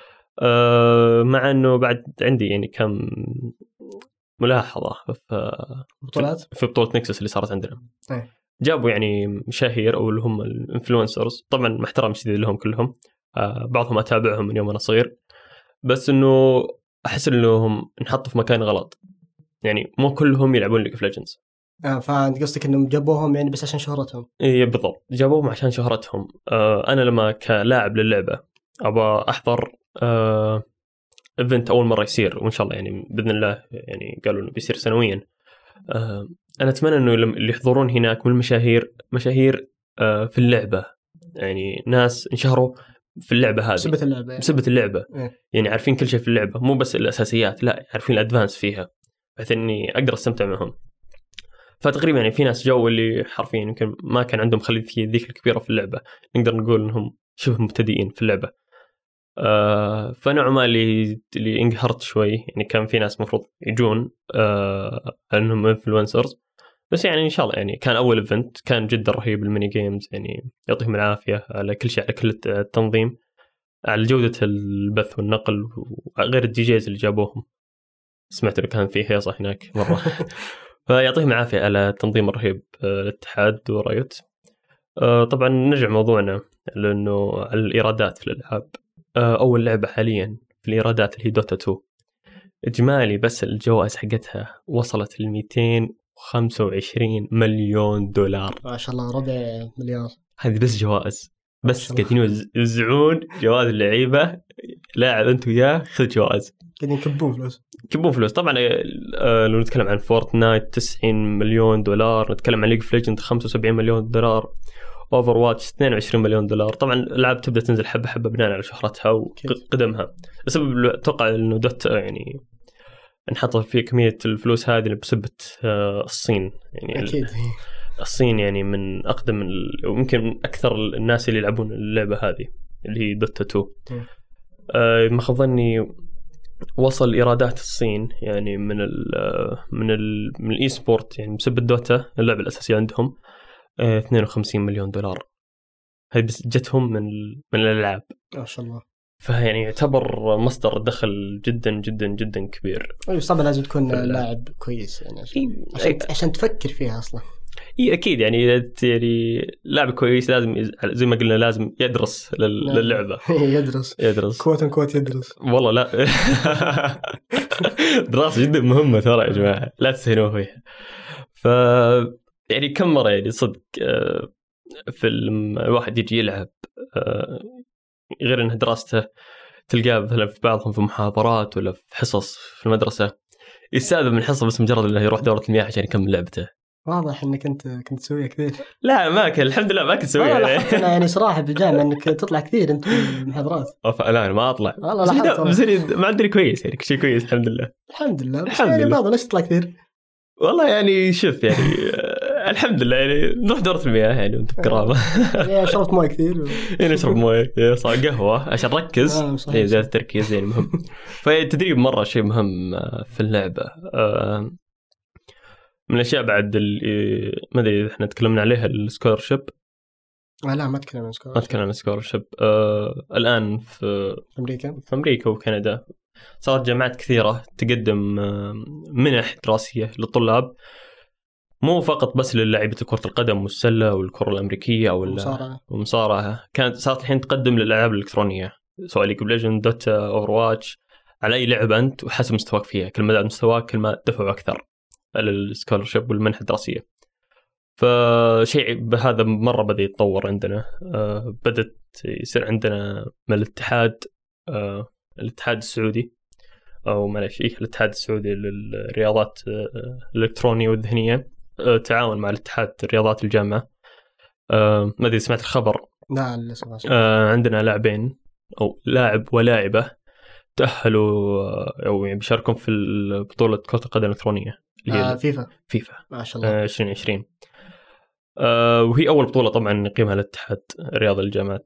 أه مع انه بعد عندي يعني كم ملاحظه في بطولات في بطوله نكسس اللي صارت عندنا. أي. جابوا يعني مشاهير او اللي هم الانفلونسرز، طبعا مع احترام شديد لهم كلهم. آه بعضهم اتابعهم من يوم انا صغير، بس انه احس انهم انحطوا في مكان غلط. يعني مو كلهم يلعبون ليج اوف ليجندز. اه فانت قصدك انهم جابوهم يعني بس عشان شهرتهم؟ اي بالضبط جابوهم عشان شهرتهم. آه انا لما كلاعب للعبه ابى احضر آه ايفنت اول مره يصير، وان شاء الله يعني باذن الله يعني قالوا انه بيصير سنويا. آه انا اتمنى انه اللي يحضرون هناك من المشاهير مشاهير آه في اللعبه، يعني ناس انشهروا في اللعبه هذه بسبة اللعبه يعني. بسبة اللعبه إيه؟ يعني عارفين كل شيء في اللعبه، مو بس الاساسيات، لا عارفين الادفانس فيها بحيث اني اقدر استمتع معهم. فتقريبا يعني في ناس جو اللي حرفيا يمكن ما كان عندهم خلفيه ذيك الكبيره في اللعبه، نقدر نقول انهم شبه مبتدئين في اللعبه. آه فنوع ما اللي اللي انقهرت شوي، يعني كان في ناس مفروض يجون آه انهم انفلونسرز، بس يعني ان شاء الله يعني كان اول ايفنت كان جدا رهيب. الميني جيمز يعني يعطيهم العافيه على كل شيء، على كل التنظيم، على جوده البث والنقل، وغير الدي جيز اللي جابوهم. سمعت انه كان فيه هيصه هناك مره. فيعطيهم العافيه على التنظيم الرهيب الاتحاد ورايوت. آه طبعا نرجع موضوعنا لانه على الايرادات في الالعاب. آه اول لعبه حاليا في الايرادات اللي هي دوتا تو، اجمالي بس الجوائز حقتها وصلت ل مئتين وخمسة وعشرين مليون دولار. ما شاء الله ربع مليار. هذه بس جوائز، بس قاعدين يوزعون جوائز اللعيبه. لاعب انت وياه خذ جوائز، قاعدين يكبون فلوس يكبون فلوس. طبعا آه لو نتكلم عن فورتنايت تسعين مليون دولار، نتكلم عن ليج اوف ليجند خمسة وسبعين مليون دولار، اوفر واتش اثنين وعشرين مليون دولار. طبعا الالعاب تبدا تنزل حبه حبه بناء على شهرتها وقدمها. بسبب اتوقع انه دوت يعني انحط في كميه الفلوس هذه بسبب الصين. يعني اكيد الصين يعني من اقدم ويمكن اكثر الناس اللي يلعبون اللعبه هذه اللي هي دوتا تو. أه ما خاب ظني وصل ايرادات الصين يعني من ال من ال من الاي سبورت يعني بسبب الدوتا اللعبه الاساسيه عندهم أه اثنين وخمسين مليون دولار. هاي بس جتهم من من الالعاب. ما شاء الله. فيعني يعتبر مصدر دخل جدا جدا جدا كبير. اي طبعا لازم تكون لاعب كويس يعني عشان إيه عشان, عشان تفكر فيها اصلا. اي اكيد يعني يعني لاعب كويس لازم زي ما قلنا لازم يدرس للعبه. يدرس يدرس كوت ان كوت يدرس. والله لا دراسه جدا مهمه ترى يا جماعه، لا تستهينوا فيها. ف يعني كم مره يعني صدق فيلم الواحد يجي يلعب غير انه دراسته تلقاه مثلا في بعضهم في محاضرات ولا في حصص في المدرسة يستأذن من الحصة بس مجرد انه يروح دورة المياه عشان يكمل لعبته. واضح انك انت كنت تسويها كثير. لا ما كان الحمد لله ما كنت سويها. والله لاحظت انا يعني صراحه بالجامعه انك تطلع كثير انت في المحاضرات. لا انا ما اطلع والله لاحظت بس ما عندي كويس يعني شيء كويس الحمد لله. الحمد لله بس يعني بعض ليش تطلع كثير والله يعني شوف يعني الحمد لله يعني نروح دورة المياه يعني وانت بكرامة. يعني شربت مويه كثير يعني اشرب مويه صار قهوة عشان ركز زي زيادة التركيز يعني مهم. فالتدريب مرة شيء مهم في اللعبة. من الأشياء بعد اللي ما أدري إحنا تكلمنا عليها السكولرشيب. لا ما تكلمنا عن سكولرشيب. ما تكلمنا عن سكولرشيب. آه الآن في أمريكا في أمريكا وكندا صارت جامعات كثيرة تقدم منح دراسية للطلاب مو فقط بس للاعيبة كرة القدم والسلة والكرة الأمريكية أو المصارعة. كانت صارت الحين تقدم للألعاب الإلكترونية سواء ليج اوف ليجند دوتا اوفر واتش على أي لعبة أنت وحسب مستواك فيها. كل ما زاد مستواك كل ما دفعوا أكثر للسكولرشيب والمنح الدراسية. فشيء بهذا مرة بدأ يتطور عندنا. أه بدأت يصير عندنا من الاتحاد أه الاتحاد السعودي أو معلش إيه الاتحاد السعودي للرياضات أه الإلكترونية والذهنية أه تعاون مع الاتحاد الرياضات الجامعة. أه ما أدري سمعت الخبر. لا لسه أه عندنا لاعبين أو لاعب ولاعبة تأهلوا أو يعني بيشاركون في بطولة كرة القدم الإلكترونية اللي هي آه فيفا فيفا ما شاء الله عشرين عشرين. آه وهي أول بطولة طبعا يقيمها الاتحاد الرياضي للجامعات.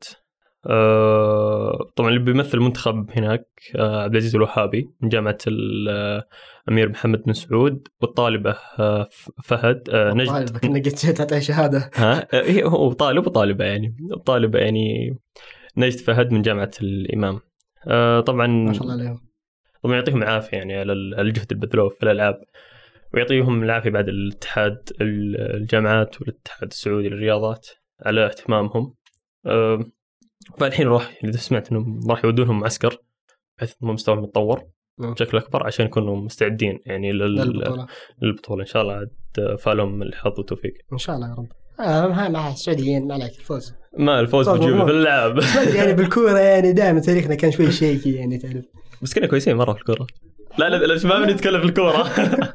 آه طبعا اللي بيمثل المنتخب هناك آه عبد العزيز الوهابي من جامعة الأمير محمد بن سعود والطالبة آه فهد آه نجد. كنا قلت تعطي شهادة. ها هي هو طالب وطالبة يعني الطالبة يعني نجد فهد من جامعة الإمام. آه طبعا ما شاء الله عليهم. طبعا يعطيهم العافية يعني على الجهد اللي بذلوه في الألعاب ويعطيهم العافية بعد الاتحاد الجامعات والاتحاد السعودي للرياضات على اهتمامهم. أه فالحين راح إذا سمعت إنهم راح يودونهم معسكر بحيث إنهم مستواهم يتطور بشكل أكبر عشان يكونوا مستعدين يعني للبطولة. للبطولة إن شاء الله فالهم الحظ والتوفيق إن شاء الله يا رب. أهم حاجة مع السعوديين ما عليك الفوز. ما الفوز بجيبه في اللعب. يعني بالكورة يعني دائما تاريخنا كان شوي شيكي يعني تعرف. بس كنا كويسين مرة في الكورة. لا لا لا ما بنتكلم في الكورة.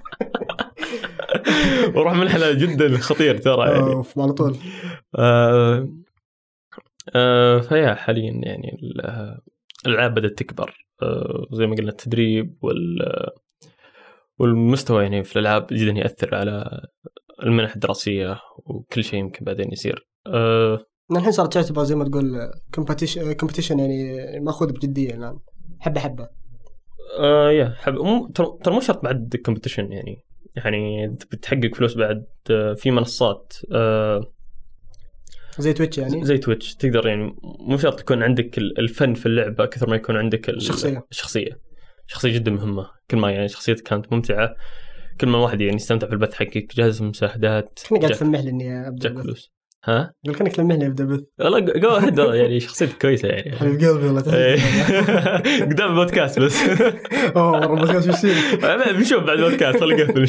وروح منحنى جدا خطير ترى يعني على طول. آه آه فيا حاليا يعني الألعاب بدأت تكبر. آه زي ما قلنا التدريب وال والمستوى يعني في الألعاب جدا يأثر على المنح الدراسية وكل شيء يمكن بعدين يصير. آه الحين صارت تعتبر زي ما تقول كومبيتيشن كومبيتيشن يعني مأخوذ بجدية الآن حبة حبة. آه يا حب ترى مو شرط بعد كومبيتيشن يعني يعني بتحقق فلوس بعد في منصات آه زي تويتش يعني زي تويتش تقدر يعني مو شرط يكون عندك الفن في اللعبة كثر ما يكون عندك الشخصية. الشخصية شخصية جدا مهمة. كل ما يعني شخصيتك كانت ممتعة كل ما الواحد يعني يستمتع في البث حقك جاهز مشاهدات. كنا قاعد تلمح لي إني أبدأ فلوس. ها؟ قل كأنك تلمحني أبدأ بث. والله جو هيد يعني شخصيتك كويسة يعني. حبيب قلبي والله. قدام البودكاست بس. أوه مرة بودكاست وش يصير؟ أنا بنشوف بعد البودكاست خلي قفل.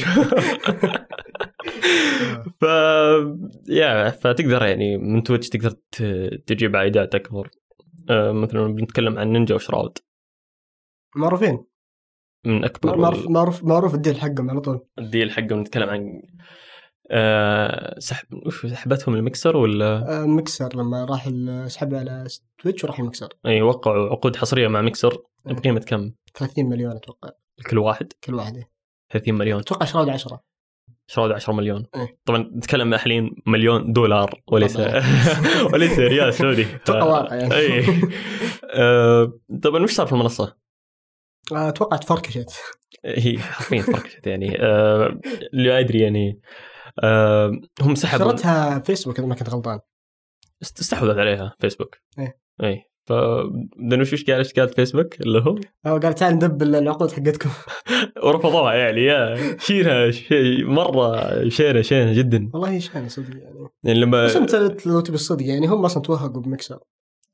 ف يا فتقدر يعني من تويتش تقدر تجيب عائدات أكبر. مثلا بنتكلم عن نينجا وشراود معروفين من أكبر معروف معروف معروف الديل حقهم على طول. الديل حقهم نتكلم عن أه سحب وش سحبتهم المكسر ولا أه مكسر لما راح سحب على تويتش وراح المكسر. أي وقعوا عقود حصرية مع مكسر بقيمة كم؟ ثلاثين مليون أتوقع. كل واحد؟ كل واحد. ثلاثين مليون. أتوقع شراود عشرة. شراود عشرة مليون. إيه؟ طبعا نتكلم حاليا مليون دولار وليس وليس ريال سعودي. أتوقع واقع يعني. أي أه طبعا وش صار في المنصة؟ أتوقع تفركشت. هي حرفيا تفركشت يعني أه اللي أدري يعني أه هم سحبوا شرتها فيسبوك إذا ما كنت غلطان. استحوذت عليها فيسبوك. إيه. إيه فدنا وش قال إيش قال فيسبوك اللي هو أو قال تعال ندب العقود حقتكم. ورفضوها يعني يا شيرها شيء مرة شينة شينة جدا. والله شينة صدق يعني. يعني لما بس أنت لو تبي الصدق يعني هم أصلا توهقوا بمكسر.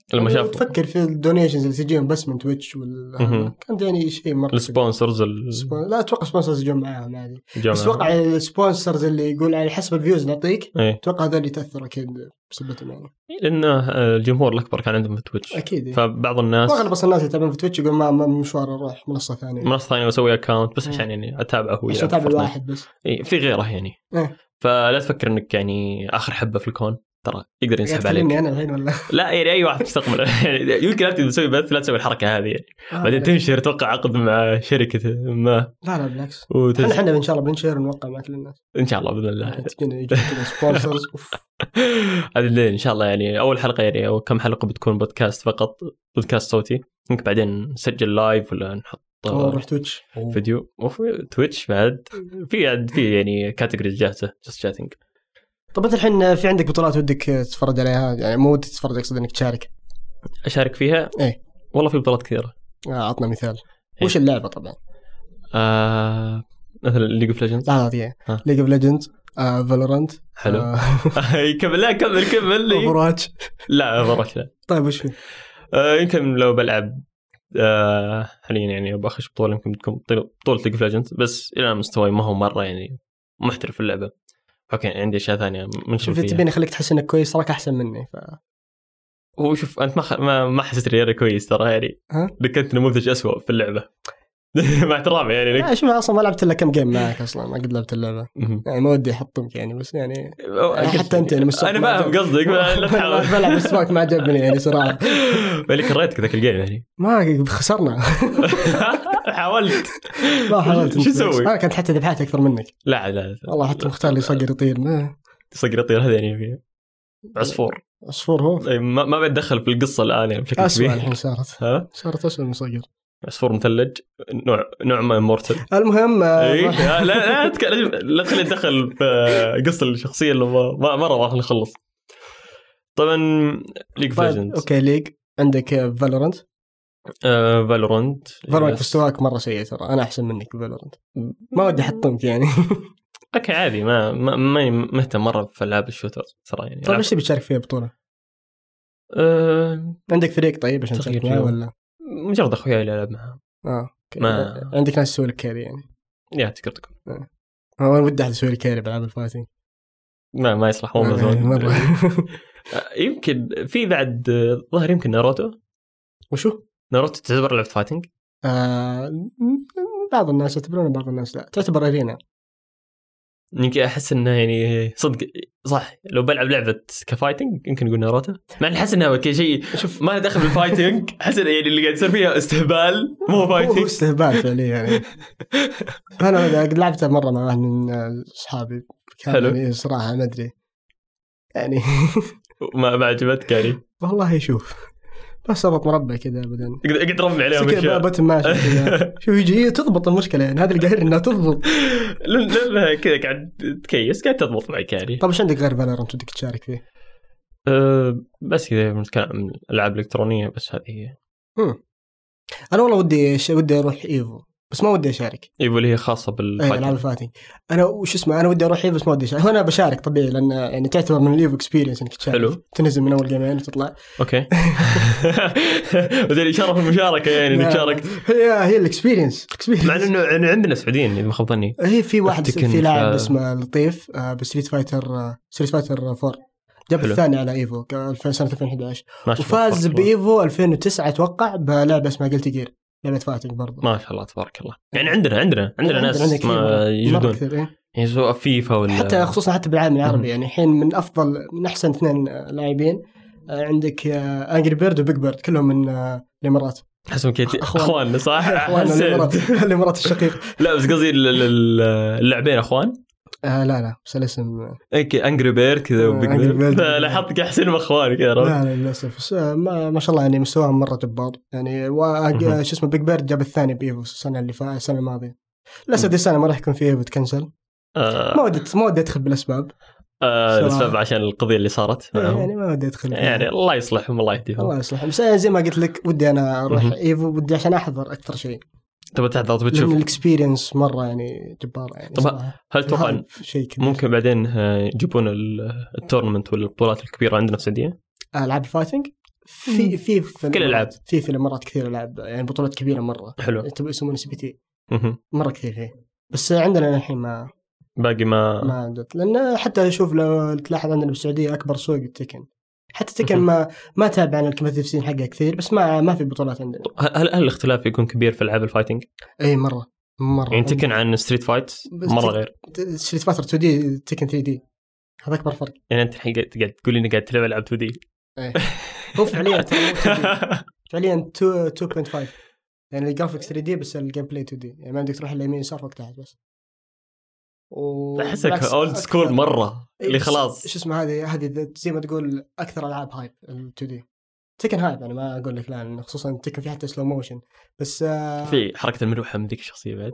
لما شافوا تفكر في الدونيشنز اللي تجيهم بس من تويتش ولا كان يعني شيء مره السبونسرز ال... سبون... لا اتوقع سبونسرز يجون معاهم عادي بس اتوقع السبونسرز اللي يقول على حسب الفيوز نعطيك اتوقع هذول اللي تاثر اكيد بسبتهم يعني لان الجمهور الاكبر كان عندهم في تويتش اكيد فبعض الناس واغلب الناس يتابعون في تويتش يقول ما مشوار اروح منصه ثانيه منصه ثانيه واسوي اكونت بس عشان يعني اتابعه هو عشان اتابع واحد بس إيه في غيره يعني إيه. فلا تفكر انك يعني اخر حبه في الكون ترى يقدر ينسحب عليك انا الحين ولا لا يعني اي واحد مستقبل يعني يمكن انت تسوي بث لا تسوي الحركه هذه يعني آه بعدين تنشر توقع عقد مع شركه ما لا لا بالعكس وتز... احنا احنا ان شاء الله بنشير ونوقع مع كل الناس ان شاء الله باذن الله تجينا يجي كذا سبونسرز هذه الليل ان شاء الله يعني اول حلقه يعني او كم حلقه بتكون بودكاست فقط بودكاست صوتي ممكن بعدين نسجل لايف ولا نحط نروح تويتش فيديو وفي تويتش بعد في في يعني كاتيجوريز جاهزه جست شاتنج. طب انت الحين في عندك بطولات ودك تتفرج عليها يعني مو ودك تتفرج اقصد انك تشارك اشارك فيها ايه والله في بطولات كثيره اعطنا مثال إيه؟ وش اللعبه طبعا آه مثلا ليج اوف ليجندز لا لا ليج اوف ليجندز فالورانت حلو كمل لا كمل كمل اوفرواتش لا اوفرواتش لا طيب وش في آه يمكن لو بلعب آه حاليا يعني باخش بطوله يمكن بتكون بطوله ليج اوف ليجندز بس الى مستواي ما هو مره يعني محترف في اللعبه اوكي عندي اشياء ثانيه منشوف فيها تبيني اخليك تحس انك كويس راك احسن مني ف هو شوف انت ما خ... ما, ما حسيت اني كويس ترى يعني لكنت نموذج أسوأ في اللعبه مع احترامي يعني لك شوف اصلا ما لعبت الا كم جيم معك اصلا ما قد لعبت اللعبه يعني ما ودي احطمك يعني بس يعني حتى انت يعني مستوى انا فاهم قصدك لا تحاول بلعب بس ما ما عجبني يعني صراحه بالك كرهتك ذاك الجيم يعني ما خسرنا حاولت ما حاولت شو اسوي انا كنت حتى ذبحت اكثر منك لا لا والله حتى مختار لي صقر يطير ما صقر يطير هذا يعني فيه عصفور عصفور هو ما ما بتدخل في القصه الان يعني بشكل كبير الحين صارت ها صارت اسوء من صقر عصفور مثلج نوع نوع ما مورتل المهم إيه؟ لا لا تتكلم لا تخلي ندخل في قصه الشخصيه اللي ما مره راح نخلص طبعا ليج اوف ليجندز اوكي ليج عندك فالورانت آه فالورانت فالورانت مستواك مره سيء ترى انا احسن منك فالورانت ما ودي احطمك يعني اوكي عادي ما ما ما مهتم مره في العاب الشوتر ترى يعني طيب ايش تبي تشارك فيها بطوله أه... عندك فريق طيب عشان تشارك معه ولا مجرد اخوياي اللي العب معهم اه ما... عندك ناس يسوي لك كاري يعني يا تقدر تقول آه. هو ودي احد يسوي لي كاري بلعب الفايتنج ما ما يصلح هو مره يمكن في بعد ظهر يمكن ناروتو وشو ناروتو تعتبر لعبه فايتنج آه... بعض الناس يعتبرونه بعض الناس لا تعتبر ارينا يمكن احس انه يعني صدق صح لو بلعب لعبه كفايتنج يمكن نقول ناروتو مع اني احس انها شيء شوف ما له دخل بالفايتنج احس يعني اللي قاعد يصير فيها استهبال مو فايتنج هو استهبال فعليا يعني انا قد لعبتها مره مع واحد من اصحابي كان يعني صراحه ما ادري يعني ما ما عجبتك يعني والله شوف بس ربط مربع كذا ابدا اقعد رمي عليهم اشياء بس ماشي كذا شو يجي تضبط المشكله يعني هذا القاهر انها تضبط لا كذا قاعد تكيس قاعد تضبط معك يعني. طب ايش عندك غير فالورانت ودك تشارك فيه؟ أه بس كذا بنتكلم عن العاب الكترونيه بس هذه هي. امم انا والله ودي ودي اروح ايفو بس ما ودي اشارك. ايفو اللي هي خاصه بالفايتنج العاب الفايتنج انا وش اسمه انا ودي اروح ايفو بس ما ودي اشارك. هو انا بشارك طبيعي لان يعني تعتبر من الايفو اكسبيرينس انك تشارك. حلو. تنزل من اول جيمين وتطلع اوكي بدل شرف المشاركه يعني انك شاركت. هي هي الاكسبيرينس مع انه عندنا سعوديين اذا ما خاب ظني. هي في واحد في لاعب اسمه لطيف بستريت فايتر ستريت فايتر فور جاب حلو. الثاني على ايفو في سنه ألفين وإحدى عشر وفاز بايفو ألفين وتسعة اتوقع بلعبه اسمها قلت جير لعبه فايتنج برضه. ما شاء الله تبارك الله. يعني عندنا عندنا عندنا ناس ما يجدون يعني سواء فيفا ولا حتى خصوصا حتى بالعالم العربي يعني الحين من افضل من احسن اثنين لاعبين عندك انجري بيرد وبيج بيرد كلهم من الامارات. حسهم كيتي اخواننا صح؟ اخواننا الامارات الامارات الشقيق. لا بس قصدي اللاعبين اخوان. آه لا لا بس الاسم اوكي انجري بيرد كذا وبيج بيرد لاحظتك احسن اخواني كذا. لا لا للاسف بس ما, ما شاء الله يعني مستواهم مره جبار يعني شو اسمه بيج بيرد جاب الثاني بايفو السنه اللي فاتت السنه الماضيه. للاسف دي السنه ما راح يكون فيها بتكنسل. آه ما ودي ما ودي ادخل بالاسباب. آه الاسباب عشان القضيه اللي صارت يعني ما ودي ادخل يعني الله يصلحهم الله يهديهم الله يصلحهم. بس زي ما قلت لك ودي انا اروح ايفو ودي عشان احضر اكثر شيء. تبغى تحضر بتشوف الاكسبيرينس مره يعني جباره يعني. طب هل تتوقع ممكن بعدين يجيبون التورنمنت ولا البطولات الكبيره عندنا في السعوديه؟ العاب الفايتنج في في في كل الألعاب في في الإمارات كثير ألعاب يعني بطولات كبيرة مرة حلو تبغى يسمونه سي بي تي مه. مرة كثير فيه بس عندنا الحين ما باقي ما ما عندت لأن حتى أشوف لو تلاحظ عندنا بالسعودية أكبر سوق التكن حتى تكن ما ما تابع عن الكومبتيتيف سين حقه كثير بس ما ما في بطولات عندنا. هل هل الاختلاف يكون كبير في العاب الفايتنج؟ اي مره مره يعني تكن عن ستريت فايت مره غير ستريت فايتر تو دي تكن ثري دي هذا اكبر فرق. يعني انت الحين قاعد تقول لي اني قاعد تلعب العاب تو دي ايه هو فعليا فعليا تو نقطة خمسة يعني الجرافيكس ثري دي بس الجيم بلاي تو دي يعني ما بدك تروح اليمين يسار فوق تحت بس. احسك اولد سكول مره اللي خلاص شو اسمه هذه هذه زي ما تقول اكثر العاب هايب ال تو دي تكن هايب يعني ما اقول لك لا خصوصا تكن في حتى سلو موشن بس آه في حركه المروحه من ذيك الشخصيه بعد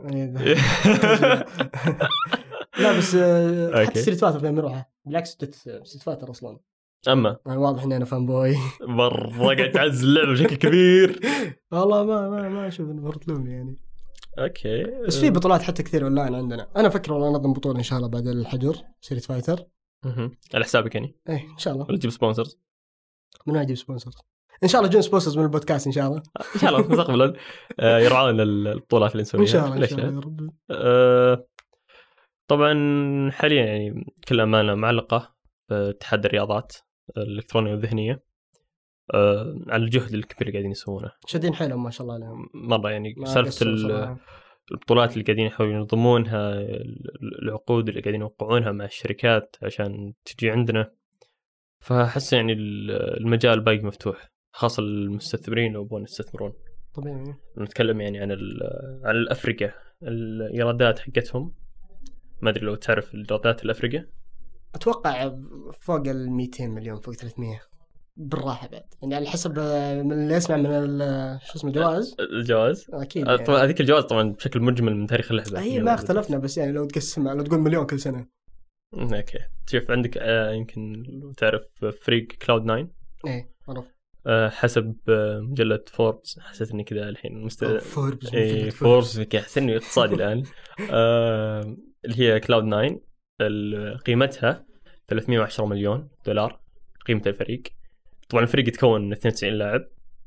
لا بس آه حتى ستريت فايتر فيها مروحه بالعكس ستريت فايتر اصلا اما يعني واضح اني انا فان بوي مره قاعد تعزز اللعبه بشكل كبير والله ما ما ما اشوف انه مرتلوني يعني. اوكي بس في بطولات حتى كثير اونلاين عندنا. انا افكر والله انظم بطوله ان شاء الله بعد الحجر ستريت فايتر اها على حسابك يعني ايه ان شاء الله ولا تجيب سبونسرز من اجيب سبونسرز ان شاء الله جون سبونسرز من البودكاست ان شاء الله ان شاء الله مستقبلا يرعون البطولات اللي نسويها ان شاء الله ان شاء الله يا رب. أه طبعا حاليا يعني كل امانه معلقه باتحاد الرياضات الالكترونيه والذهنيه أه على الجهد الكبير اللي قاعدين يسوونه شادين حيلهم ما شاء الله عليهم مره يعني سالفه البطولات اللي قاعدين يحاولون ينظمونها العقود اللي قاعدين يوقعونها مع الشركات عشان تجي عندنا فحس يعني المجال باقي مفتوح خاصة المستثمرين اللي يبغون يستثمرون. طبيعي نتكلم يعني عن عن الأفريقيا الإيرادات حقتهم ما أدري لو تعرف الإيرادات الأفريقيا أتوقع فوق الميتين مليون فوق ثلاثمية بالراحة بعد يعني على حسب من اللي يسمع من شو اسمه الجواز الجواز أكيد يعني. طبعا هذيك الجواز طبعا بشكل مجمل من تاريخ اللعبة هي ما اختلفنا بس يعني لو تقسم لو تقول مليون كل سنة اوكي شوف عندك آه يمكن تعرف فريق كلاود ناين ايه معروف آه حسب آه مجلة فوربس حسيت اني كذا الحين مست... فوربس ايه فوربس كحس اني اقتصادي الان آه اللي هي كلاود ناين قيمتها ثلاثمية وعشرة مليون دولار قيمة الفريق. طبعا الفريق يتكون من اثنين وتسعين لاعب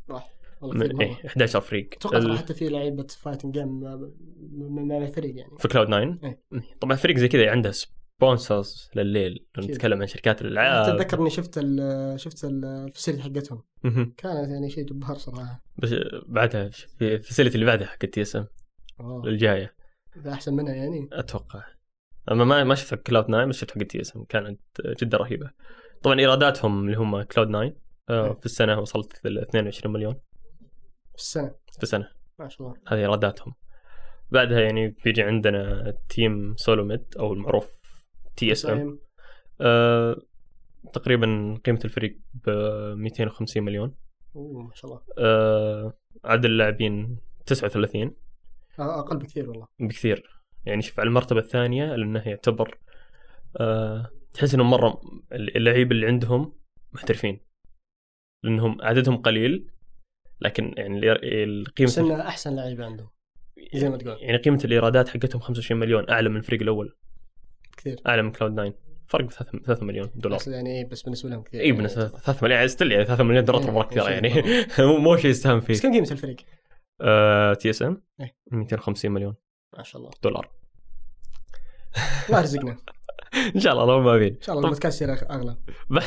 من ايه إحدى عشر فريق اتوقع ال... حتى في لعيبة فايتنج جيم مع الفريق يعني في كلاود ناين ايه. طبعا فريق زي كذا عنده سبونسرز لليل لما نتكلم عن شركات الالعاب. اتذكر اني شفت ال شفت الفاسيلتي حقتهم كانت يعني شيء جبار صراحه. بس بعدها في الفاسيلتي اللي بعدها حقت تي اس ام الجايه اذا احسن منها يعني اتوقع. اما ما ما شفت كلاود ناين بس شفت حقت تي اس ام كانت جدا رهيبه. طبعا ايراداتهم اللي هم كلاود ناين في السنه وصلت ل اثنين وعشرين مليون في السنه في السنه ما شاء الله. هذه ايراداتهم. بعدها يعني بيجي عندنا تيم سولوميد او المعروف تي اس ام أه، تقريبا قيمة الفريق ب مئتين وخمسين مليون. اوه ما شاء الله. أه، عدد اللاعبين تسعة وثلاثين اقل بكثير والله بكثير يعني. شوف على المرتبة الثانية لأنه يعتبر أه، تحس إنهم مرة اللعيبة اللي عندهم محترفين لأنهم عددهم قليل لكن يعني القيمة بس إنه أحسن لعيبة عندهم زي ما تقول يعني قيمة الإيرادات حقتهم خمسة وعشرين مليون أعلى من الفريق الأول كثير أعلى من كلاود ناين فرق ثلاثة مليون دولار يعني بس بالنسبة لهم كثير إيه بالنسبة ثلاثة مليون يعني ستيل يعني ثلاثة مليون دولار مرة كثير يعني مو مو شيء يستهان فيه. بس كم قيمة الفريق؟ آه، تي اس ام مئتين وخمسين مليون ما شاء الله دولار. الله يرزقنا ان شاء الله اللهم امين. ان شاء الله البودكاست يصير اغلى.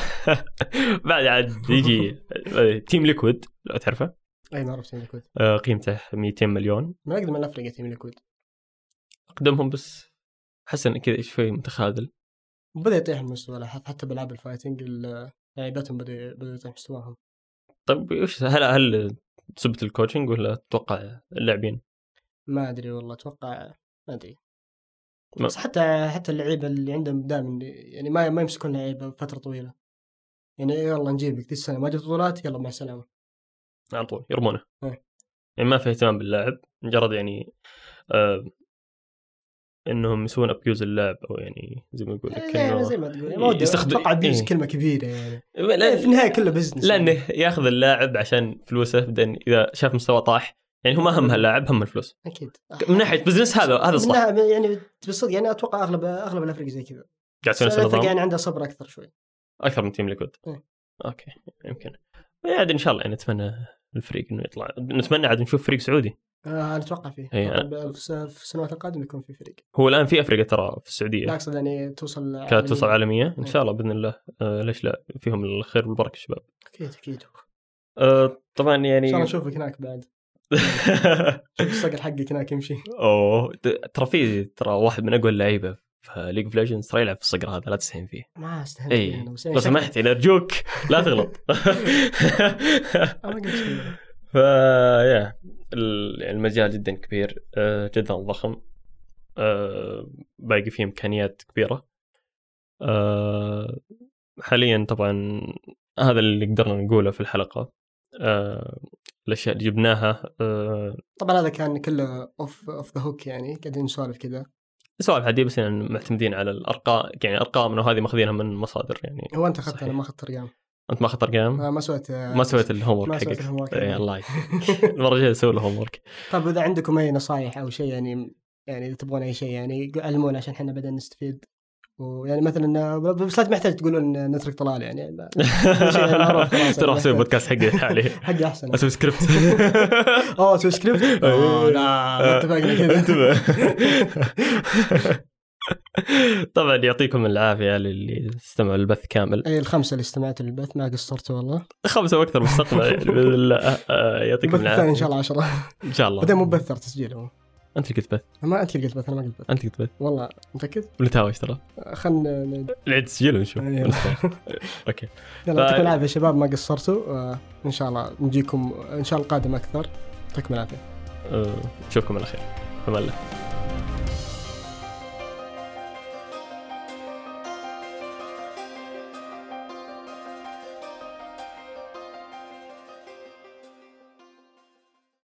بعد عاد يجي تيم ليكويد لو تعرفه. اي معروف تيم ليكويد. آه، قيمته مئتين مليون. ما اقدم من افريقيا تيم ليكويد اقدمهم بس حسن كذا شوي متخاذل بدأ يطيح المستوى حتى بلعب الفايتنج لعيبتهم بدأ بدأ يطيح مستواهم. طيب وش هل هل سبت الكوتشنج ولا تتوقع اللاعبين؟ ما ادري والله اتوقع ما ادري بس ما. حتى حتى اللعيبه اللي عندهم دائما يعني ما ما يمسكون لعيبه فتره طويله يعني يلا نجيبك دي السنه ما جبت بطولات يلا مع السلامه على طول يرمونه. أه. يعني ما في اهتمام باللاعب مجرد يعني آه انهم يسوون ابيوز اللاعب او يعني زي ما يقول لك يعني زي ما تقول يعني يستخدم اتوقع ابيوز إيه؟ كلمه كبيره يعني لا في النهايه كله بزنس لانه يعني. ياخذ اللاعب عشان فلوسه بعدين اذا شاف مستوى طاح يعني هو ما هم اللاعب هم الفلوس اكيد من ناحيه بزنس هذا هذا صح يعني بالصدق يعني اتوقع اغلب اغلب الافريق زي كذا قاعد يسوون نظام يعني عنده صبر اكثر شوي اكثر من تيم ليكويد. إيه؟ اوكي يمكن يعني ان شاء الله يعني نتمنى الفريق انه يطلع، نتمنى عاد نشوف فريق سعودي. آه انا اتوقع فيه في السنوات القادمه يكون في فريق. هو الان في افريقيا ترى في السعوديه، لا اقصد يعني توصل كانت توصل عالميه ان شاء الله باذن الله. آه ليش لا، فيهم الخير والبركه شباب. اكيد اكيد. آه طبعا يعني ان شاء الله نشوفك هناك بعد. شوف الصقر حقك هناك يمشي. اوه ترى في ترى واحد من اقوى اللعيبه في ليج اوف ليجندز ترى يلعب في الصقر هذا، لا تستهين فيه. ما استهين اي فيه بس لو سمحت يعني ارجوك لا تغلط. انا قلت شيء. ف يا المجال جدا كبير جدا ضخم، باقي فيه امكانيات كبيره. حاليا طبعا هذا اللي قدرنا نقوله في الحلقه. الاشياء اللي جبناها طبعا هذا كان كله اوف اوف ذا هوك، يعني قاعدين نسولف كذا سؤال عادي، بس يعني معتمدين على الارقام، يعني ارقامنا وهذه ماخذينها من مصادر يعني. هو انت اخذت، انا ما اخذت ارقام. انت ما اخذت ارقام؟ ما سويت ما سويت الهوم ورك حقك. اي الله يهديك. المره الجايه نسوي الهوم ورك. طيب اذا عندكم اي نصايح او شيء يعني، يعني اذا تبغون اي شيء يعني علمونا عشان احنا بدنا نستفيد. ويعني مثلا بس لا محتاج تقولون نترك طلال يعني. تروح اسوي بودكاست حقي حالي حقي احسن، اسوي سكريبت. اه اسوي سكريبت. اه لا اتفقنا كذا. انتبه. طبعا يعطيكم العافيه اللي استمعوا البث كامل. اي الخمسه اللي استمعتوا للبث ما قصرتوا والله. خمسه واكثر مستقبل يعني باذن الله. يعطيكم العافيه. ان شاء الله عشرة ان شاء الله. بعدين مو بثر تسجيله. انت اللي قلت بث. ما انت اللي قلت بث، انا ما قلت بث. انت قلت بث والله متاكد. ونتهاوش ترى. خلنا نعيد تسجيله ونشوف. اوكي يلا يعطيكم العافيه شباب، ما قصرتوا. ان شاء الله نجيكم ان شاء الله القادم اكثر. يعطيكم العافيه. نشوفكم على خير. فما الله.